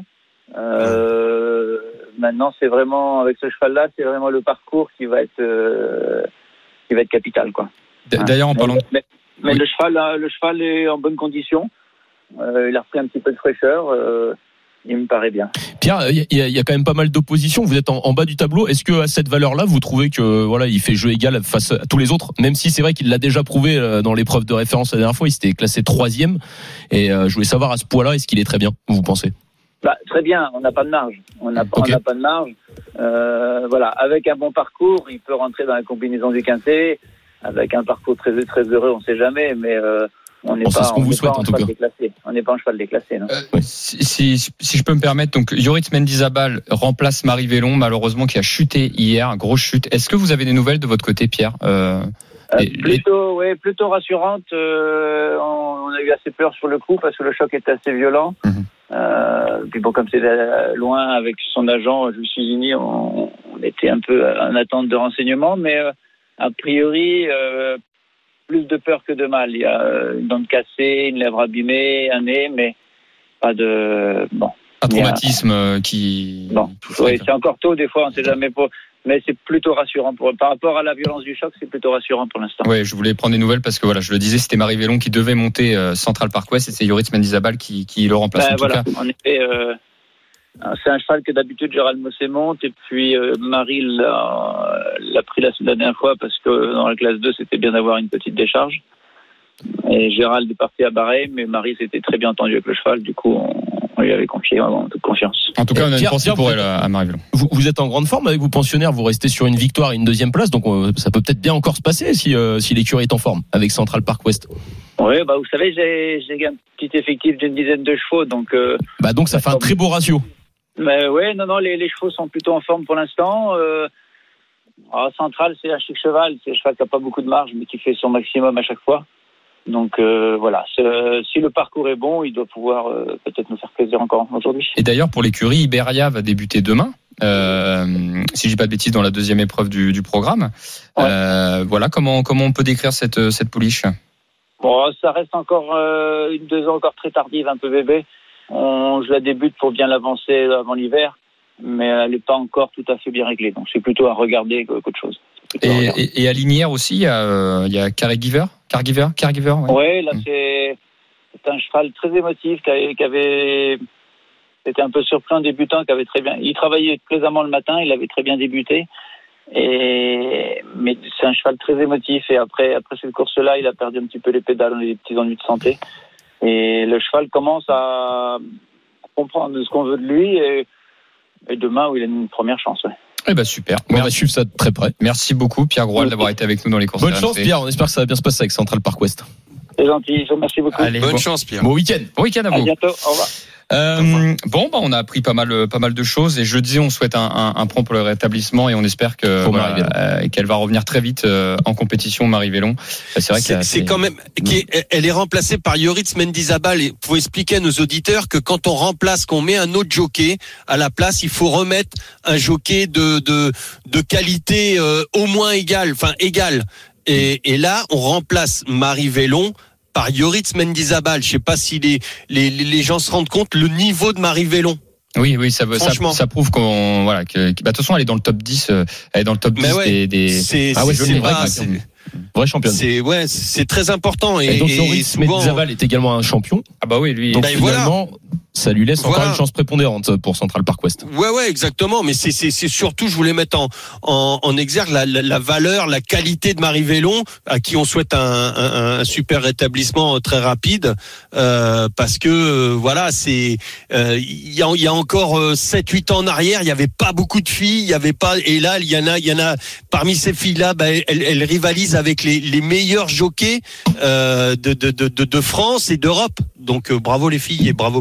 Euh, maintenant, c'est vraiment, avec ce cheval-là, c'est vraiment le parcours qui va être, euh, qui va être capital, quoi. D'ailleurs, en parlant. Mais, mais oui. le cheval, le cheval est en bonne condition. Euh, il a repris un petit peu de fraîcheur. Euh, il me paraît bien. Pierre, il y, y a quand même pas mal d'opposition. Vous êtes en, en bas du tableau. Est-ce que à cette valeur-là, vous trouvez que voilà, il fait jeu égal face à tous les autres, même si c'est vrai qu'il l'a déjà prouvé dans l'épreuve de référence la dernière fois, il s'était classé troisième. Et euh, je voulais savoir à ce poids-là, est-ce qu'il est très bien, vous pensez? Bah, très bien. On n'a pas de marge. On n'a Okay. pas de marge. Euh, voilà, avec un bon parcours, il peut rentrer dans la combinaison du quintet. Avec un parcours très très heureux, on ne sait jamais, mais euh, on n'est Bon, pas, c'est ce qu'on on vous n'est souhaite, pas en en tout cheval cas. déclassé. On n'est pas en cheval déclassé, non. Euh, si, si, si je peux me permettre, donc Yoritz Mendizabal remplace Marie Vélon, malheureusement qui a chuté hier, grosse chute. Est-ce que vous avez des nouvelles de votre côté, Pierre? euh, Euh, les- plutôt, ouais, plutôt rassurante. Euh, on, on a eu assez peur sur le coup parce que le choc était assez violent. Mhm. Euh, puis bon, comme c'était loin avec son agent, Jules Suzini, on, on était un peu en attente de renseignements, mais euh, a priori, euh, plus de peur que de mal. Il y a euh, une dent cassée, une lèvre abîmée, un nez, mais pas de bon. un il y a- traumatisme euh, qui. Bon, qui- oui, c'est encore tôt des fois, on ne sait jamais pour. Mais c'est plutôt rassurant pour par rapport à la violence du choc, c'est plutôt rassurant pour l'instant. Ouais, je voulais prendre des nouvelles parce que voilà, je le disais, c'était Marie Vélon qui devait monter euh, Central Park West et c'est Yoritz Mendizabal qui, qui le remplace. Ben, en voilà, tout cas, en effet, euh, c'est un cheval que d'habitude Gérald Mossé monte et puis euh, Marie l'a, l'a pris la, la dernière fois parce que dans la classe deux, c'était bien d'avoir une petite décharge. Et Gérald est parti à Barret, mais Marie s'était très bien entendue avec le cheval, du coup on, on lui avait confié en toute confiance. en tout cas, on a une Pierre, pensée Pierre, pour vous elle à Marie Vélon. Vous, vous êtes en grande forme avec vos pensionnaires, vous restez sur une victoire et une deuxième place, donc euh, ça peut peut-être bien encore se passer si, euh, si l'écurie est en forme avec Central Park West. Oui, bah vous savez, j'ai, j'ai un petit effectif d'une dizaine de chevaux, donc. Euh, Bah donc ça fait un très beau ratio. Mais ouais, non, non, les, les chevaux sont plutôt en forme pour l'instant. Euh, alors, Central, c'est un chic cheval. C'est un cheval qui n'a pas beaucoup de marge, mais qui fait son maximum à chaque fois. Donc euh, voilà, c'est, si le parcours est bon, il doit pouvoir euh, peut-être nous faire plaisir encore aujourd'hui. Et d'ailleurs, pour l'écurie, Iberia va débuter demain. Euh, si je dis pas de bêtises, dans la deuxième épreuve du, du programme. Ouais. Euh, voilà, comment comment on peut décrire cette cette pouliche? Bon, ça reste encore euh, une deux ans encore très tardive, un peu bébé. On, je la débute pour bien l'avancer avant l'hiver, mais elle n'est pas encore tout à fait bien réglée. Donc c'est plutôt à regarder qu'autre chose. Et, et, et à Linière aussi, il y a, euh, il y a Caregiver, Caregiver, Caregiver. Ouais. Ouais, là Mm. c'est, c'est un cheval très émotif qui avait, qui avait c'était un peu surpris en débutant, qui avait très bien. Il travaillait plaisamment le matin, il avait très bien débuté. Et mais c'est un cheval très émotif et après après cette course-là, il a perdu un petit peu les pédales, on a des petits ennuis de santé. Et le cheval commence à comprendre ce qu'on veut de lui et, et demain où il a une première chance. Ouais. Eh ben super. On va Merci, suivre ça de très près. merci beaucoup Pierre Groal d'avoir été avec nous dans les courses. Bonne R M C. chance Pierre, on espère que ça va bien se passer avec Central Park West. C'est gentil, je vous remercie beaucoup. Allez, Bonne bon, chance, Pierre. Bon week-end. bon week-end à À vous. bientôt, au revoir. Euh, bon, bah, on a appris pas mal, pas mal de choses et je le disais, on souhaite un, un, un prompt pour le rétablissement et on espère que Pour voilà, Marie Vélon. euh, qu'elle va revenir très vite euh, en compétition, Marie Vélon. C'est vrai C'est, que c'est quand même, qui est- elle est remplacée par Yoritz Mendizabal. Et faut expliquer à nos auditeurs que quand on remplace, qu'on met un autre jockey à la place, il faut remettre un jockey de de de qualité euh, au moins égale, enfin égale. Et, et là, on remplace Marie Vélon par Yoritz Mendizabal. Je sais pas si les, les les gens se rendent compte le niveau de Marie Vélon. Oui, oui, ça, veut- ça, Franchement. ça prouve qu'on, voilà, que, que- bah, de toute façon, elle est dans le top dix, euh, elle est dans le top Mais dix ouais, des, des- C'est Ah ouais, c'est, je l'ai, pas- vrai, c'est, Vraie championne. c'est- ouais, c'est très important. Et, Et donc et Yoritz souvent- Mendizabal est également un champion. ah bah oui, lui. Donc Bah, et voilà. finalement, ça lui laisse encore Voilà. une chance prépondérante pour Central Park West. Ouais, ouais, exactement. Mais c'est, c'est, c'est surtout, je voulais mettre en, en, en exergue la, la, la valeur, la qualité de Marie Vélon, à qui on souhaite un, un, un super rétablissement très rapide, euh, parce que euh, voilà, c'est, euh, il y a, il y a encore euh, sept huit ans en arrière, il y avait pas beaucoup de filles, il y avait pas, et là, il y en a, il y en a. Parmi ces filles-là, bah, elles, elles rivalisent avec les, les meilleurs jockeys euh, de, de, de, de, de France et d'Europe. Donc euh, bravo les filles et bravo Marie. D'ailleurs,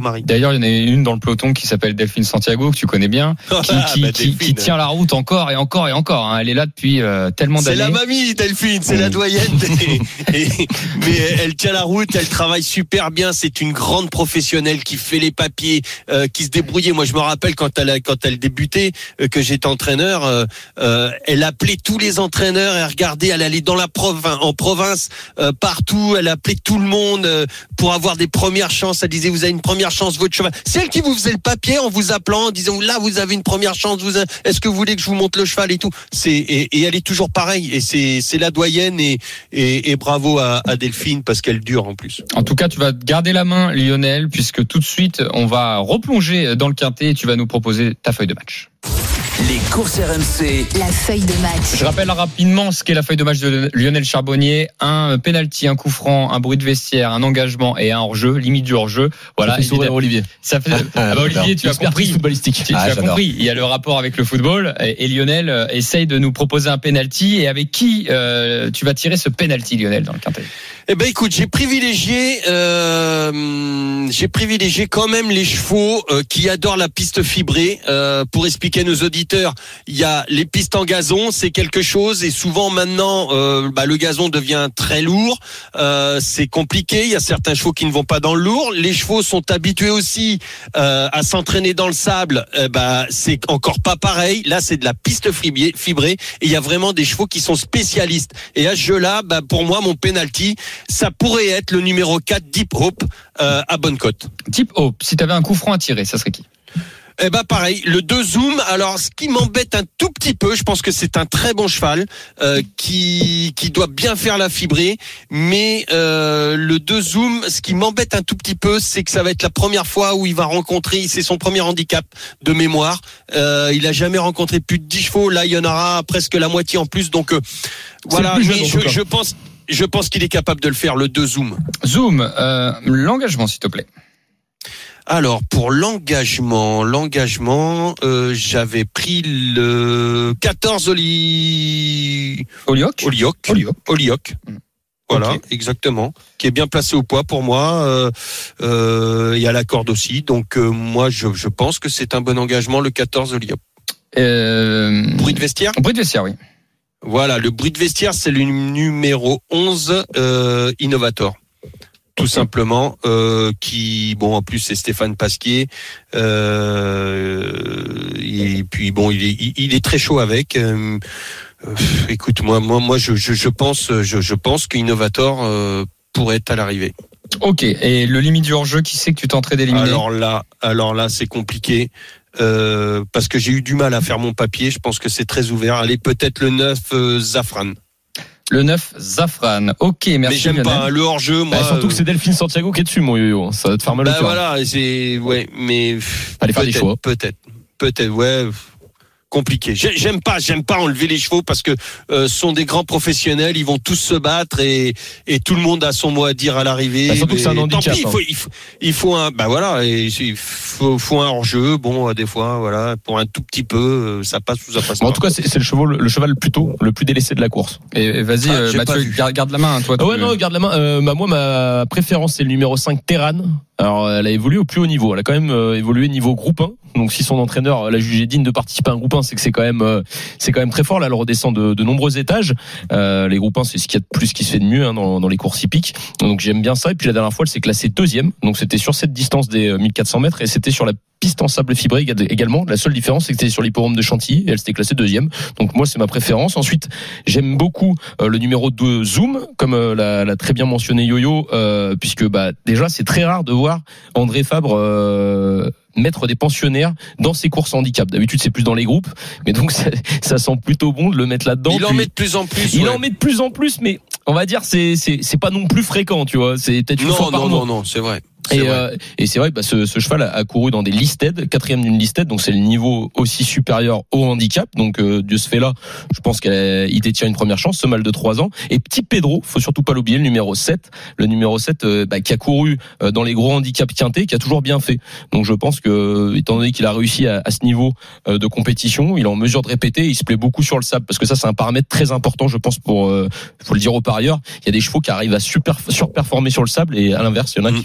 D'ailleurs, il y en a une dans le peloton qui s'appelle Delphine Santiago, que tu connais bien, qui, qui, bah, qui, qui tient la route encore et encore et encore. Hein. Elle est là depuis euh, tellement d'années. C'est la mamie, Delphine, c'est mmh. la doyenne. Et, et, mais elle tient la route, elle travaille super bien. C'est une grande professionnelle qui fait les papiers, euh, qui se débrouillait. Moi, je me rappelle quand elle, quand elle débutait, euh, que j'étais entraîneur, euh, euh, elle appelait tous les entraîneurs et regardait, elle allait dans la province, en province, euh, partout. Elle appelait tout le monde euh, pour avoir des premières chances. Elle disait, vous avez une première chance, votre cheval. C'est elle qui vous faisait le papier en vous appelant, en disant, là, vous avez une première chance. Vous avez... Est-ce que vous voulez que je vous monte le cheval et tout? C'est et, et elle est toujours pareille. Et c'est c'est la doyenne et et, et bravo à, à Delphine parce qu'elle dure en plus. En tout cas, tu vas garder la main, Lionel, puisque tout de suite, on va replonger dans le quintet et tu vas nous proposer ta feuille de match. Les courses R M C. La feuille de match. Je rappelle rapidement ce qu'est la feuille de match de Lionel Charbonnier. Un penalty, un coup franc, un bruit de vestiaire, un engagement et un hors-jeu, limite du hors-jeu. Voilà. Ça fait sourire Olivier. Ça fait, ah bah Olivier, tu as compris. Footballistique. Tu, ah, tu as compris. Il y a le rapport avec le football et, et Lionel euh, essaye de nous proposer un penalty. Et avec qui euh, tu vas tirer ce penalty, Lionel, dans le quintet? Eh ben écoute, j'ai privilégié, euh, j'ai privilégié quand même les chevaux euh, qui adorent la piste fibrée. Euh, pour expliquer à nos auditeurs, il y a les pistes en gazon, c'est quelque chose, et souvent maintenant, euh, bah, le gazon devient très lourd, euh, c'est compliqué. Il y a certains chevaux qui ne vont pas dans le lourd. Les chevaux sont habitués aussi euh, à s'entraîner dans le sable. Euh, bah c'est encore pas pareil. Là, c'est de la piste fibrée, fibrée, et il y a vraiment des chevaux qui sont spécialistes. Et à ce jeu-là, bah, pour moi, mon penalty, ça pourrait être le numéro quatre, Deep Hope, euh, à bonne cote. Deep Hope, si tu avais un coup franc à tirer, ça serait qui? Eh ben pareil, le deux Zoom. Alors, ce qui m'embête un tout petit peu, je pense que c'est un très bon cheval euh, qui qui doit bien faire la fibrée, mais euh, le deux Zoom, ce qui m'embête un tout petit peu, c'est que ça va être la première fois où il va rencontrer, c'est son premier handicap de mémoire. Euh, il a jamais rencontré plus de dix chevaux. Là, il y en aura presque la moitié en plus. Donc euh, voilà, jeune, mais je, je pense. Je pense qu'il est capable de le faire, le deux Zoom. Zoom, euh, l'engagement, s'il te plaît. Alors, pour l'engagement, l'engagement, euh, j'avais pris le quatorze Oli... Olioc Olioc. Olioc. Olioc. Voilà, okay. Exactement. Qui est bien placé au poids pour moi. Euh, euh, et à la corde aussi. Donc, euh, moi, je, je pense que c'est un bon engagement, le quatorze Olioc. Euh... Bruit de vestiaire? Bruit de vestiaire, oui. Voilà, le bruit de vestiaire, c'est le numéro onze, euh, Innovator. Tout simplement, euh, qui, bon, en plus, c'est Stéphane Pasquier, euh, et puis bon, il est, il est très chaud avec, euh, euh, écoute, moi, moi, moi, je, je, je pense, je, je pense qu'Innovator, euh, pourrait être à l'arrivée. Ok. Et le limite du hors-jeu, qui sait que tu tenterais d'éliminer? Alors là, alors là, c'est compliqué. Euh, parce que j'ai eu du mal à faire mon papier. Je pense que c'est très ouvert. Allez, peut-être le neuf euh, Zafran. Le neuf Zafran. Ok, merci. Mais j'aime Lionel. pas le hors-jeu. Moi, bah, surtout que c'est Delphine Santiago qui est dessus, mon yo-yo. Ça va te faire mal au bah cœur. Voilà, c'est ouais, mais allez faire des choix. Peut-être, peut-être, ouais. Compliqué. J'aime pas, j'aime pas enlever les chevaux parce que euh, sont des grands professionnels, ils vont tous se battre et et tout le monde a son mot à dire à l'arrivée. Bah, surtout que c'est un handicap. Tant pis, il faut, il faut, il faut un, bah voilà, et il faut, faut un hors-jeu. Bon, des fois, voilà, pour un tout petit peu, ça passe ou ça passe pas. Bon, en tout cas, c'est, c'est le cheval, le cheval plutôt le plus délaissé de la course. Et, et vas-y, ah, euh, Mathieu, garde, garde la main, toi. Ah ouais, tu... non, garde la main. Euh, bah, moi, ma préférence, c'est le numéro cinq, Terran. Alors, elle a évolué au plus haut niveau. Elle a quand même euh, évolué niveau groupe un. Donc, si son entraîneur l'a jugé digne de participer à un groupe un, c'est que c'est quand même, euh, c'est quand même très fort. Là, elle redescend de, de nombreux étages. Euh, les groupes un, c'est ce qu'il y a de plus qui se fait de mieux hein, dans, dans les courses hippiques. Donc, j'aime bien ça. Et puis, la dernière fois, elle s'est classée deuxième. Donc, c'était sur cette distance des mille quatre cents mètres et c'était sur la piste en sable fibré également. La seule différence, c'est que c'était sur l'hippodrome de Chantilly et elle s'était classée deuxième. Donc, moi, c'est ma préférence. Ensuite, j'aime beaucoup euh, le numéro deux Zoom, comme euh, l'a, l'a très bien mentionné Yo-Yo, euh, puisque bah déjà, c'est très rare de voir André Fabre euh, mettre des pensionnaires dans ses courses handicap. D'habitude, c'est plus dans les groupes, mais donc ça, ça sent plutôt bon de le mettre là-dedans. Il puis, en met de plus en plus. Il ouais. en met de plus en plus, mais on va dire c'est c'est c'est pas non plus fréquent, tu vois. C'est peut-être une non, fois par non, mois. Non, non, non, c'est vrai. Et, euh, et c'est vrai que bah, ce, ce cheval a, a couru dans des listed, quatrième d'une listed, donc c'est le niveau aussi supérieur au handicap. Donc euh, Dieu se fait là, je pense qu'il détient une première chance, ce mal de trois ans. Et petit Pedro, faut surtout pas l'oublier, le numéro sept, le numéro sept euh, bah, qui a couru euh, dans les gros handicaps quintés, qui a toujours bien fait. Donc je pense que, étant donné qu'il a réussi à, à ce niveau euh, de compétition, il est en mesure de répéter, il se plaît beaucoup sur le sable, parce que ça c'est un paramètre très important, je pense, pour, euh, faut le dire aux parieurs. Il y a des chevaux qui arrivent à super surperformer sur le sable, et à l'inverse, il y en a qui font une contre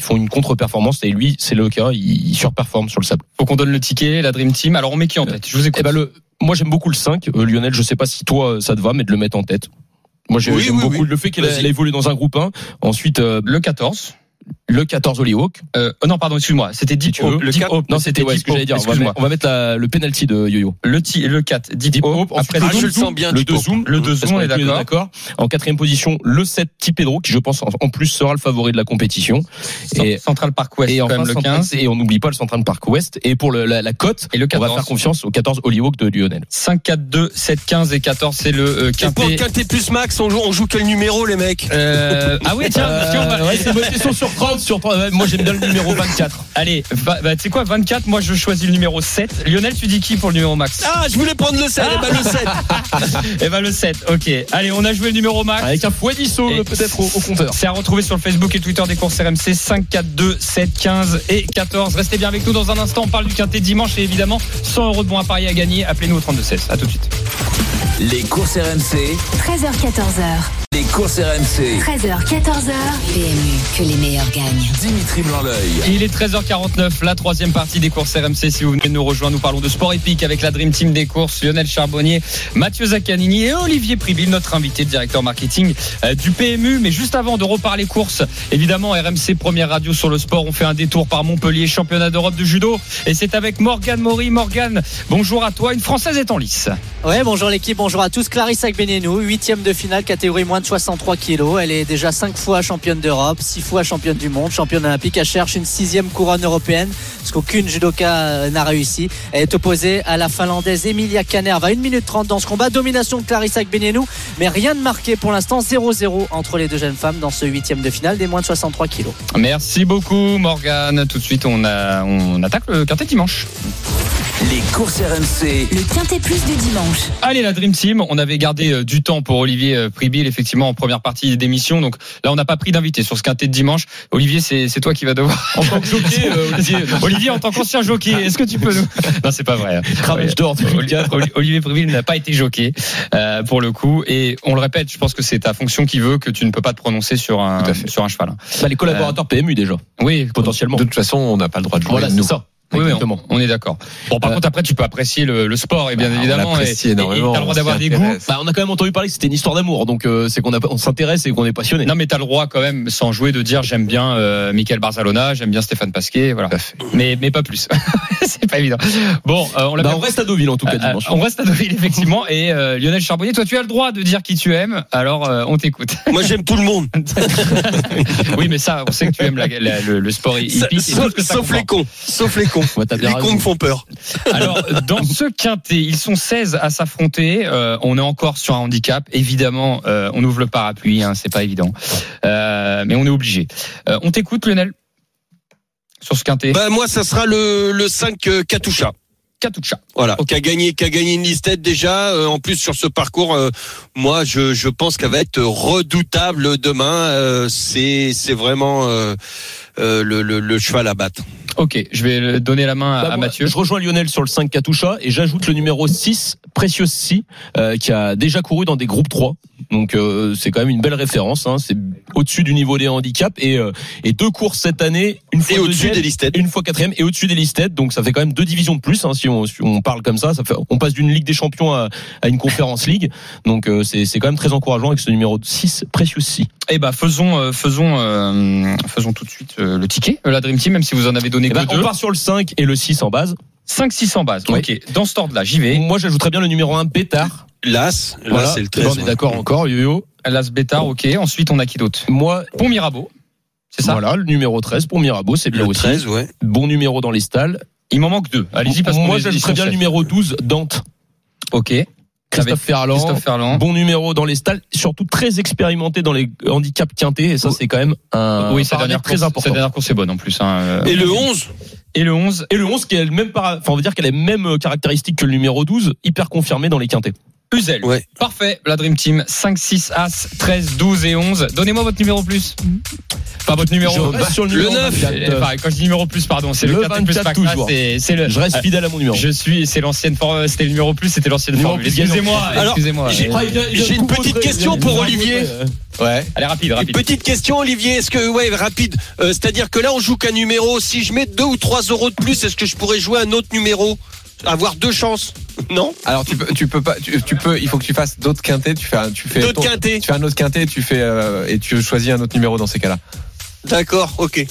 contre-performance et lui, c'est le cas, il, il surperforme sur le sable. Faut qu'on donne le ticket, la Dream Team. Alors on met qui en tête? Je vous écoute. Eh ben le, moi j'aime beaucoup le cinq. Euh, Lionel, je sais pas si toi ça te va, mais de le mettre en tête. Moi j'ai, oui, j'aime oui, beaucoup oui. le fait qu'elle a, elle a évolué dans un groupe un. Ensuite euh, Le quatorze. le quatorze Hollyhock. Euh, oh non, pardon, excuse-moi. C'était Deep Si tu veux. Hope. Le Deep quatre, Hope. non, c'était ouais, ce que j'allais dire. On va mettre, on va mettre la, le penalty de Yo-Yo. Le, ti- le quatre, Deep, Deep Hope. Hope. Après, Ah, le je deux le sens bien. Le Deep deux Hope. zoom. Le deux zoom, on est d'accord. d'accord. En quatrième position, le sept Petit Pedro, qui je pense en plus sera le favori de la compétition. Et Central Park West, et quand enfin, même le Central- quinze. et on n'oublie pas le Central Park West. Et pour le, la, la cote, Et le on quatorze. va faire confiance au quatorze Hollyhock de Lionel. cinq, quatre, deux, sept, quinze et quatorze, c'est le euh, Et pour quintet. Quintet plus Max, on joue, on joue quel numéro, les mecs? Euh, ah oui, tiens, Euh, tiens, on va- ouais, c'est une bonne question sur trente, sur trente. Ouais, moi, j'aime bien le numéro vingt-quatre. Allez, va- bah, tu sais quoi, vingt-quatre, moi je choisis le numéro sept. Lionel, tu dis qui pour le numéro max? Ah, je voulais prendre le sept. Eh ben, le sept. Eh ben le sept, ok. Allez, on a joué le numéro max. Avec un fouet d'Isso, Et peut-être au, au compteur. C'est à retrouver sur le Facebook et Twitter des courses R M C. Cinq, quatre, deux, sept, quinze et quatorze. Restez bien avec nous dans un instant. On parle du quintet dimanche et évidemment cent euros de bons à parier à gagner. Appelez-nous au trente-deux seize. À tout de suite. Les courses R M C, treize heures quatorze heures. les courses R M C. treize heures quatorze heures. P M U, que les meilleurs gagnent. Dimitri Blanc-L'œil. Il est treize heures quarante-neuf, la troisième partie des courses R M C. Si vous venez de nous rejoindre, nous parlons de sport épique avec la Dream Team des courses, Lionel Charbonnier, Mathieu Zaccanini et Olivier Pribil, notre invité, directeur marketing euh, du P M U. Mais juste avant de reparler courses, évidemment, R M C, première radio sur le sport. On fait un détour par Montpellier, championnat d'Europe de judo. Et c'est avec Morgane Maury. Morgane, bonjour à toi. Une Française est en lice. Ouais, bonjour l'équipe, bonjour à tous. Clarissa Agbenienou, huitième de finale, catégorie moins de soixante-trois kilos. Elle est déjà cinq fois championne d'Europe, six fois championne du monde, championne olympique. Elle cherche une sixième couronne européenne, parce qu'aucune judoka n'a réussi. Elle est opposée à la Finlandaise Emilia Kanerva. À une minute trente dans ce combat. Domination de Clarissa Agbenienou, mais rien de marqué pour l'instant. zéro zéro entre les deux jeunes femmes dans ce huitième de finale des moins de soixante-trois kilos. Merci beaucoup, Morgane. Tout de suite, on, a, on attaque le quintet dimanche. Les courses R M C, Le quintet plus du dimanche. Allez, la Dream Team, on avait gardé euh, du temps pour Olivier euh, Pribil, effectivement, en première partie d'émission. Donc là, on n'a pas pris d'invité sur ce quintet de dimanche. Olivier, c'est, c'est toi qui vas devoir. En tant que jockey, euh, Olivier. Olivier, en tant qu'ancien jockey, est-ce que tu peux nous. Non, c'est pas vrai. Cravage d'or deux mille quatre. Oli- Olivier Pribil n'a pas été jockey, euh, pour le coup. Et on le répète, je pense que c'est ta fonction qui veut que tu ne peux pas te prononcer sur un, Tout à fait. sur un cheval. Bah, les collaborateurs P M U déjà, Oui, potentiellement. De toute façon, on n'a pas le droit de jouer. Voilà, c'est nous. ça. Oui, oui, Exactement. on, on est d'accord. Bon, par Euh, contre, après, tu peux apprécier le, le sport, et bien Bah, on évidemment. l'apprécie et, énormément, et t'as le droit on d'avoir s'y des goûts. intéresse. Bah, on a quand même entendu parler que c'était une histoire d'amour, donc euh, c'est qu'on a, on s'intéresse et qu'on est passionné. Non, mais t'as le droit quand même, sans jouer, de dire j'aime bien euh, Michael Barzalona, j'aime bien Stéphane Pasquet, voilà. Tout à fait. Mais mais pas plus. C'est pas évident. Bon, euh, on l'a Bah, bien- on reste à Deauville en tout cas Euh, dimanche. on reste à Deauville effectivement. Et euh, Lionel Charbonnier, toi, tu as le droit de dire qui tu aimes. Alors, euh, on t'écoute. Moi, j'aime tout le monde. Oui, mais ça, on sait que tu aimes la- la- le, le sport hippique. et tout ce Sauf, que ça sauf les comporte. cons. Sauf les cons. Ouais, t'as bien Les raison. cons me font peur. Alors, dans ce quintet, ils sont seize à s'affronter. Euh, on est encore sur un handicap. Évidemment, euh, on ouvre le parapluie, hein, c'est pas évident. Euh, mais on est obligé. Euh, on t'écoute, Lionel, sur ce quintet. Bah, moi, ça sera le, le cinq euh, Katusha. Katusha. Voilà, Ok. qui a gagné, qui a gagné une listette déjà. Euh, en plus sur ce parcours, euh, moi je, je pense qu'elle va être redoutable demain. Euh, c'est c'est vraiment euh, euh, le, le, le cheval à battre. Ok, je vais donner la main à, Bah, à moi, Mathieu. Je rejoins Lionel sur le cinq Katusha et j'ajoute le numéro six Precious Sea euh, qui a déjà couru dans des groupes trois. Donc euh, c'est quand même une belle référence, hein. C'est au-dessus du niveau des handicaps et euh, et deux courses cette année, une fois Et au-dessus deuxième, des listettes. une fois quatrième et au-dessus des listettes. Donc ça fait quand même deux divisions de plus, hein, si on si on parle comme ça, ça fait on passe d'une Ligue des Champions à, à une Conférence League. Donc euh, c'est c'est quand même très encourageant avec ce numéro six Precious Sea. Eh ben faisons euh, faisons euh, faisons tout de suite euh, le ticket, euh, la Dream Team, même si vous en avez donné Eh que ben, on deux. part sur le cinq et le six en base. cinq six en base. Oui. Ok, dans cet ordre-là, j'y vais. Moi j'ajouterais bien le numéro un Bétard. L'As, là Voilà, c'est le Eh ben, treize. on est ouais. d'accord encore, Yo-Yo. Las Bétard, ok. Ensuite, on a qui d'autre? Moi, Pont Mirabeau. C'est ça? voilà, le numéro treize pour Mirabeau, c'est bien Le aussi. treize, ouais. Bon numéro dans les stalles. Il m'en manque deux. Allez-y, parce que moi j'ajouterais bien le numéro douze, Dante. Ok. Christophe Avec Ferland. Christophe Ferland. Bon numéro dans les stalles, surtout très expérimenté dans les handicaps quintés, et ça c'est quand même un Oui, sa dernière paramètre très course, sa important. dernière course est bonne en plus. Hein. Euh, Et le onze, Et le onze. Et le onze qui a le même para... enfin on va dire qu'elle a les mêmes caractéristiques que le numéro douze, hyper confirmé dans les quintés. Uzel. ouais. Parfait. La Dream Team. cinq, six, As, treize, douze et onze. Donnez-moi votre numéro plus. Pas votre numéro. Je reste sur le numéro Le neuf. vingt-quatre. Enfin, quand je dis numéro plus, pardon, c'est le, Le quintet plus vingt-quatre Max. toujours. C'est, c'est le. Je reste fidèle à mon numéro. Je suis, c'est l'ancienne formule, c'était le numéro plus, c'était l'ancienne Numéro formule. plus Excusez-moi, Alors, excusez-moi. j'ai- Euh, J'ai une petite question pour Olivier. Ouais. Allez, rapide, Une rapide. petite question, Olivier. Est-ce que, ouais, rapide. Euh, c'est-à-dire que là, on joue qu'un numéro. Si je mets deux ou trois euros de plus, est-ce que je pourrais jouer un autre numéro? Avoir deux chances? Non? Alors tu peux, tu peux pas, tu, tu peux. Il faut que tu fasses d'autres quintets. Tu fais, un- tu fais D'autres ton- quintets. Tu fais un autre quintet. Tu fais euh, et tu choisis un autre numéro dans ces cas-là. D'accord, ok.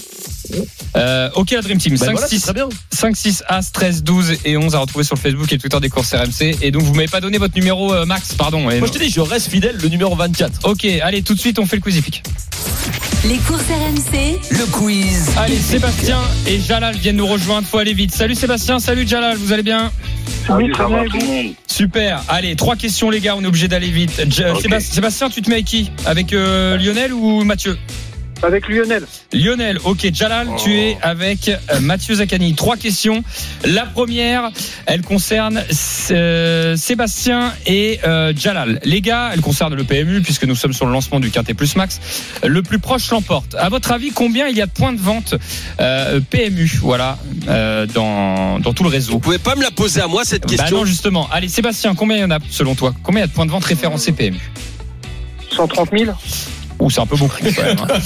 Euh, ok, la Dream Team. Bah cinq, voilà, c'est six, très bien. cinq, six, As, treize, douze et onze à retrouver sur le Facebook et le Twitter des courses R M C. Et donc, vous m'avez pas donné votre numéro, euh, Max, pardon. Et Moi, je te dis, je reste fidèle, le numéro vingt-quatre. Ok, allez, tout de suite, on fait le quiz hippique. Les courses R M C, Le quiz. Allez, Sébastien et Jalal viennent nous rejoindre. Faut aller vite. Salut Sébastien, salut Jalal, vous allez bien? Oui, très bien, et vous? Super. Allez, trois questions, les gars, on est obligé d'aller vite. J- Ok. Sébastien, Sébastien, tu te mets avec qui? Avec euh, Lionel ou Mathieu? Avec Lionel. Lionel, ok. Jalal, Oh. tu es avec euh, Mathieu Zaccani. Trois questions. La première, elle concerne euh, Sébastien et euh, Jalal. Les gars, elle concerne le P M U puisque nous sommes sur le lancement du Quintet Plus Max. Le plus proche l'emporte. À votre avis, combien il y a de points de vente euh, P M U, voilà, euh, dans dans tout le réseau? Vous pouvez pas me la poser à moi, cette Bah question? non, justement. Allez, Sébastien, combien il y en a selon toi? Combien il y a de points de vente référencés P M U? cent trente mille. Ouh, c'est un peu beaucoup quand même. Hein.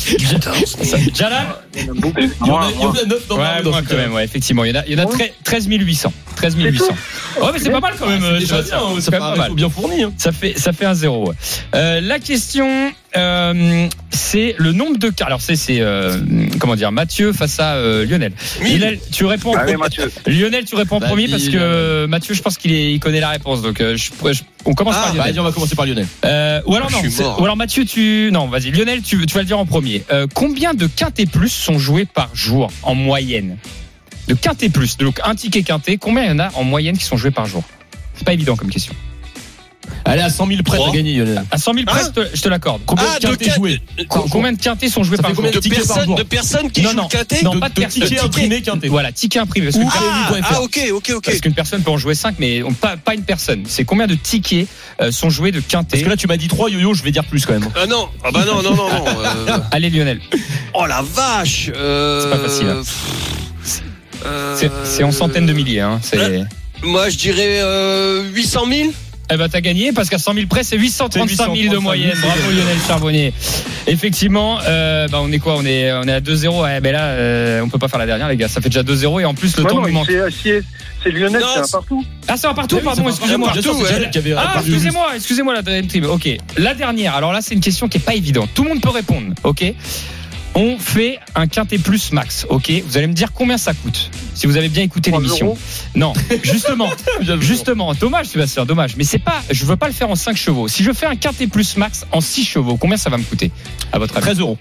Jalal? Il y en a, il y en a neuf dans Ouais, le moins quand même, ouais, effectivement. Il y en a, il y en a tre- treize mille huit cents. treize mille huit cents. Ouais, mais c'est pas mal quand même. C'est déjà Sébastien. bien, C'est ça quand fait même un pas réseau mal. bien fourni. hein. Ça fait, ça fait un zéro. Ouais. Euh, la question, euh, c'est le nombre de cartes. Alors, c'est, c'est euh, comment dire, Mathieu face à euh, Lionel. Oui. Lionel, tu réponds en Allez, premier. Mathieu. Lionel, tu réponds en Vas-y, premier parce que euh, Mathieu, je pense qu'il est, il connaît la réponse. Donc, euh, je, pourrais- je- on commence Ah, par Bah, Lionel. allez, on va commencer par Lionel. Euh, ou alors Je non, suis c'est- mort. ou alors Mathieu, tu non, vas-y, Lionel, tu, tu vas le dire en premier. Euh, combien de quintés plus sont joués par jour en moyenne? De quintés plus, donc un ticket quinté, combien il y en a en moyenne qui sont joués par jour? C'est pas évident comme question. Allez, à cent mille près, Trois. t'as gagné, Lionel. À cent mille près, Hein je te, je te l'accorde. Combien Ah, de quintés quin- joués Co- Combien de quintés sont joués Ça par fait jour? combien de, tickets par personnes, jour. de personnes qui Non, jouent non, le quintet? non, de, pas de de personnes. tickets Tickets. imprimés quintés. Voilà, ticket imprimé. Parce qu'une per- Ah, P M U point F R. ah, ok, ok, ok. parce qu'une personne peut en jouer cinq, mais on- pas, pas une personne. C'est combien de tickets euh, sont joués de quintés? Parce que là, tu m'as dit trois, Yo-Yo, je vais dire plus quand même. Ah non, ah bah non, non, non, non. euh, Allez Lionel, Oh la vache. euh, C'est pas facile, hein. euh, c'est, c'est en centaines de milliers. Hein. C'est... Euh. Moi, je dirais euh, huit cent mille. Eh ben, t'as gagné parce qu'à cent mille près, c'est huit cent trente-cinq mille de moyenne. Bravo Lionel Charbonnier. Effectivement, euh, bah, on est quoi? On est, on est à deux zéro. Ouais, ben là, euh, on peut pas faire la dernière, les gars. Ça fait déjà deux zéro et en plus, le Ouais, temps non, nous manque. c'est, c'est, c'est Lionel, Non, c'est un c'est- partout. Ah, c'est un partout, Oui, pardon, c'est excusez-moi. Bien sûr, c'est Jalal qui avait Ah, répondu. excusez-moi, excusez-moi la Dream Team. Ok, la dernière. Alors là, c'est une question qui est pas évidente. Tout le monde peut répondre. Ok. On fait un quintet plus max. Ok. Vous allez me dire combien ça coûte. Si vous avez bien écouté trois l'émission. euros. Non, justement, justement. Dommage, Sébastien. Dommage. Mais c'est pas. Je veux pas le faire en cinq chevaux. Si je fais un quintet plus max en six chevaux, combien ça va me coûter à votre avis? treize euros.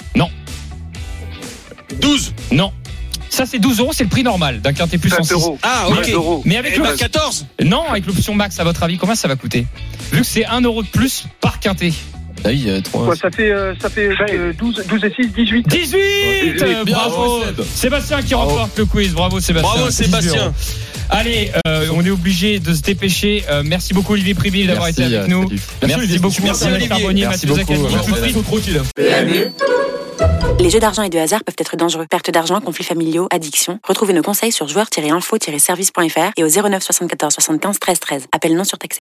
douze. Non. Ça c'est douze euros. C'est le prix normal d'un quintet plus en sept six. euros. Ah, Mais, ok. treize euros. mais avec Eh le ben, quatorze. non, avec l'option max, à votre avis, combien ça va coûter? Vu que c'est un euro de plus par quintet. Ah oui, il y a trois. Quoi, ça fait, euh, ça fait euh, douze, douze et six, dix-huit. dix-huit Bien Bravo joué, Seb. Sébastien qui remporte le quiz. Bravo Sébastien. Bravo, dix-huit Sébastien. euros. Allez, euh, on est obligé de se dépêcher. Euh, merci beaucoup Olivier Pribil d'avoir Merci, été avec euh, nous. salut. Merci, Olivier. beaucoup. Merci, Lionel Olivier. Charbonnier, Merci Mathieu beaucoup. Zaccani. Tout de suite. Tranquille. Les jeux d'argent et de hasard peuvent être dangereux. Perte d'argent, conflits familiaux, addiction. Retrouvez nos conseils sur joueurs tiret info tiret service point f r et au zéro neuf soixante-quatorze soixante-quinze treize treize. Appel non surtaxé.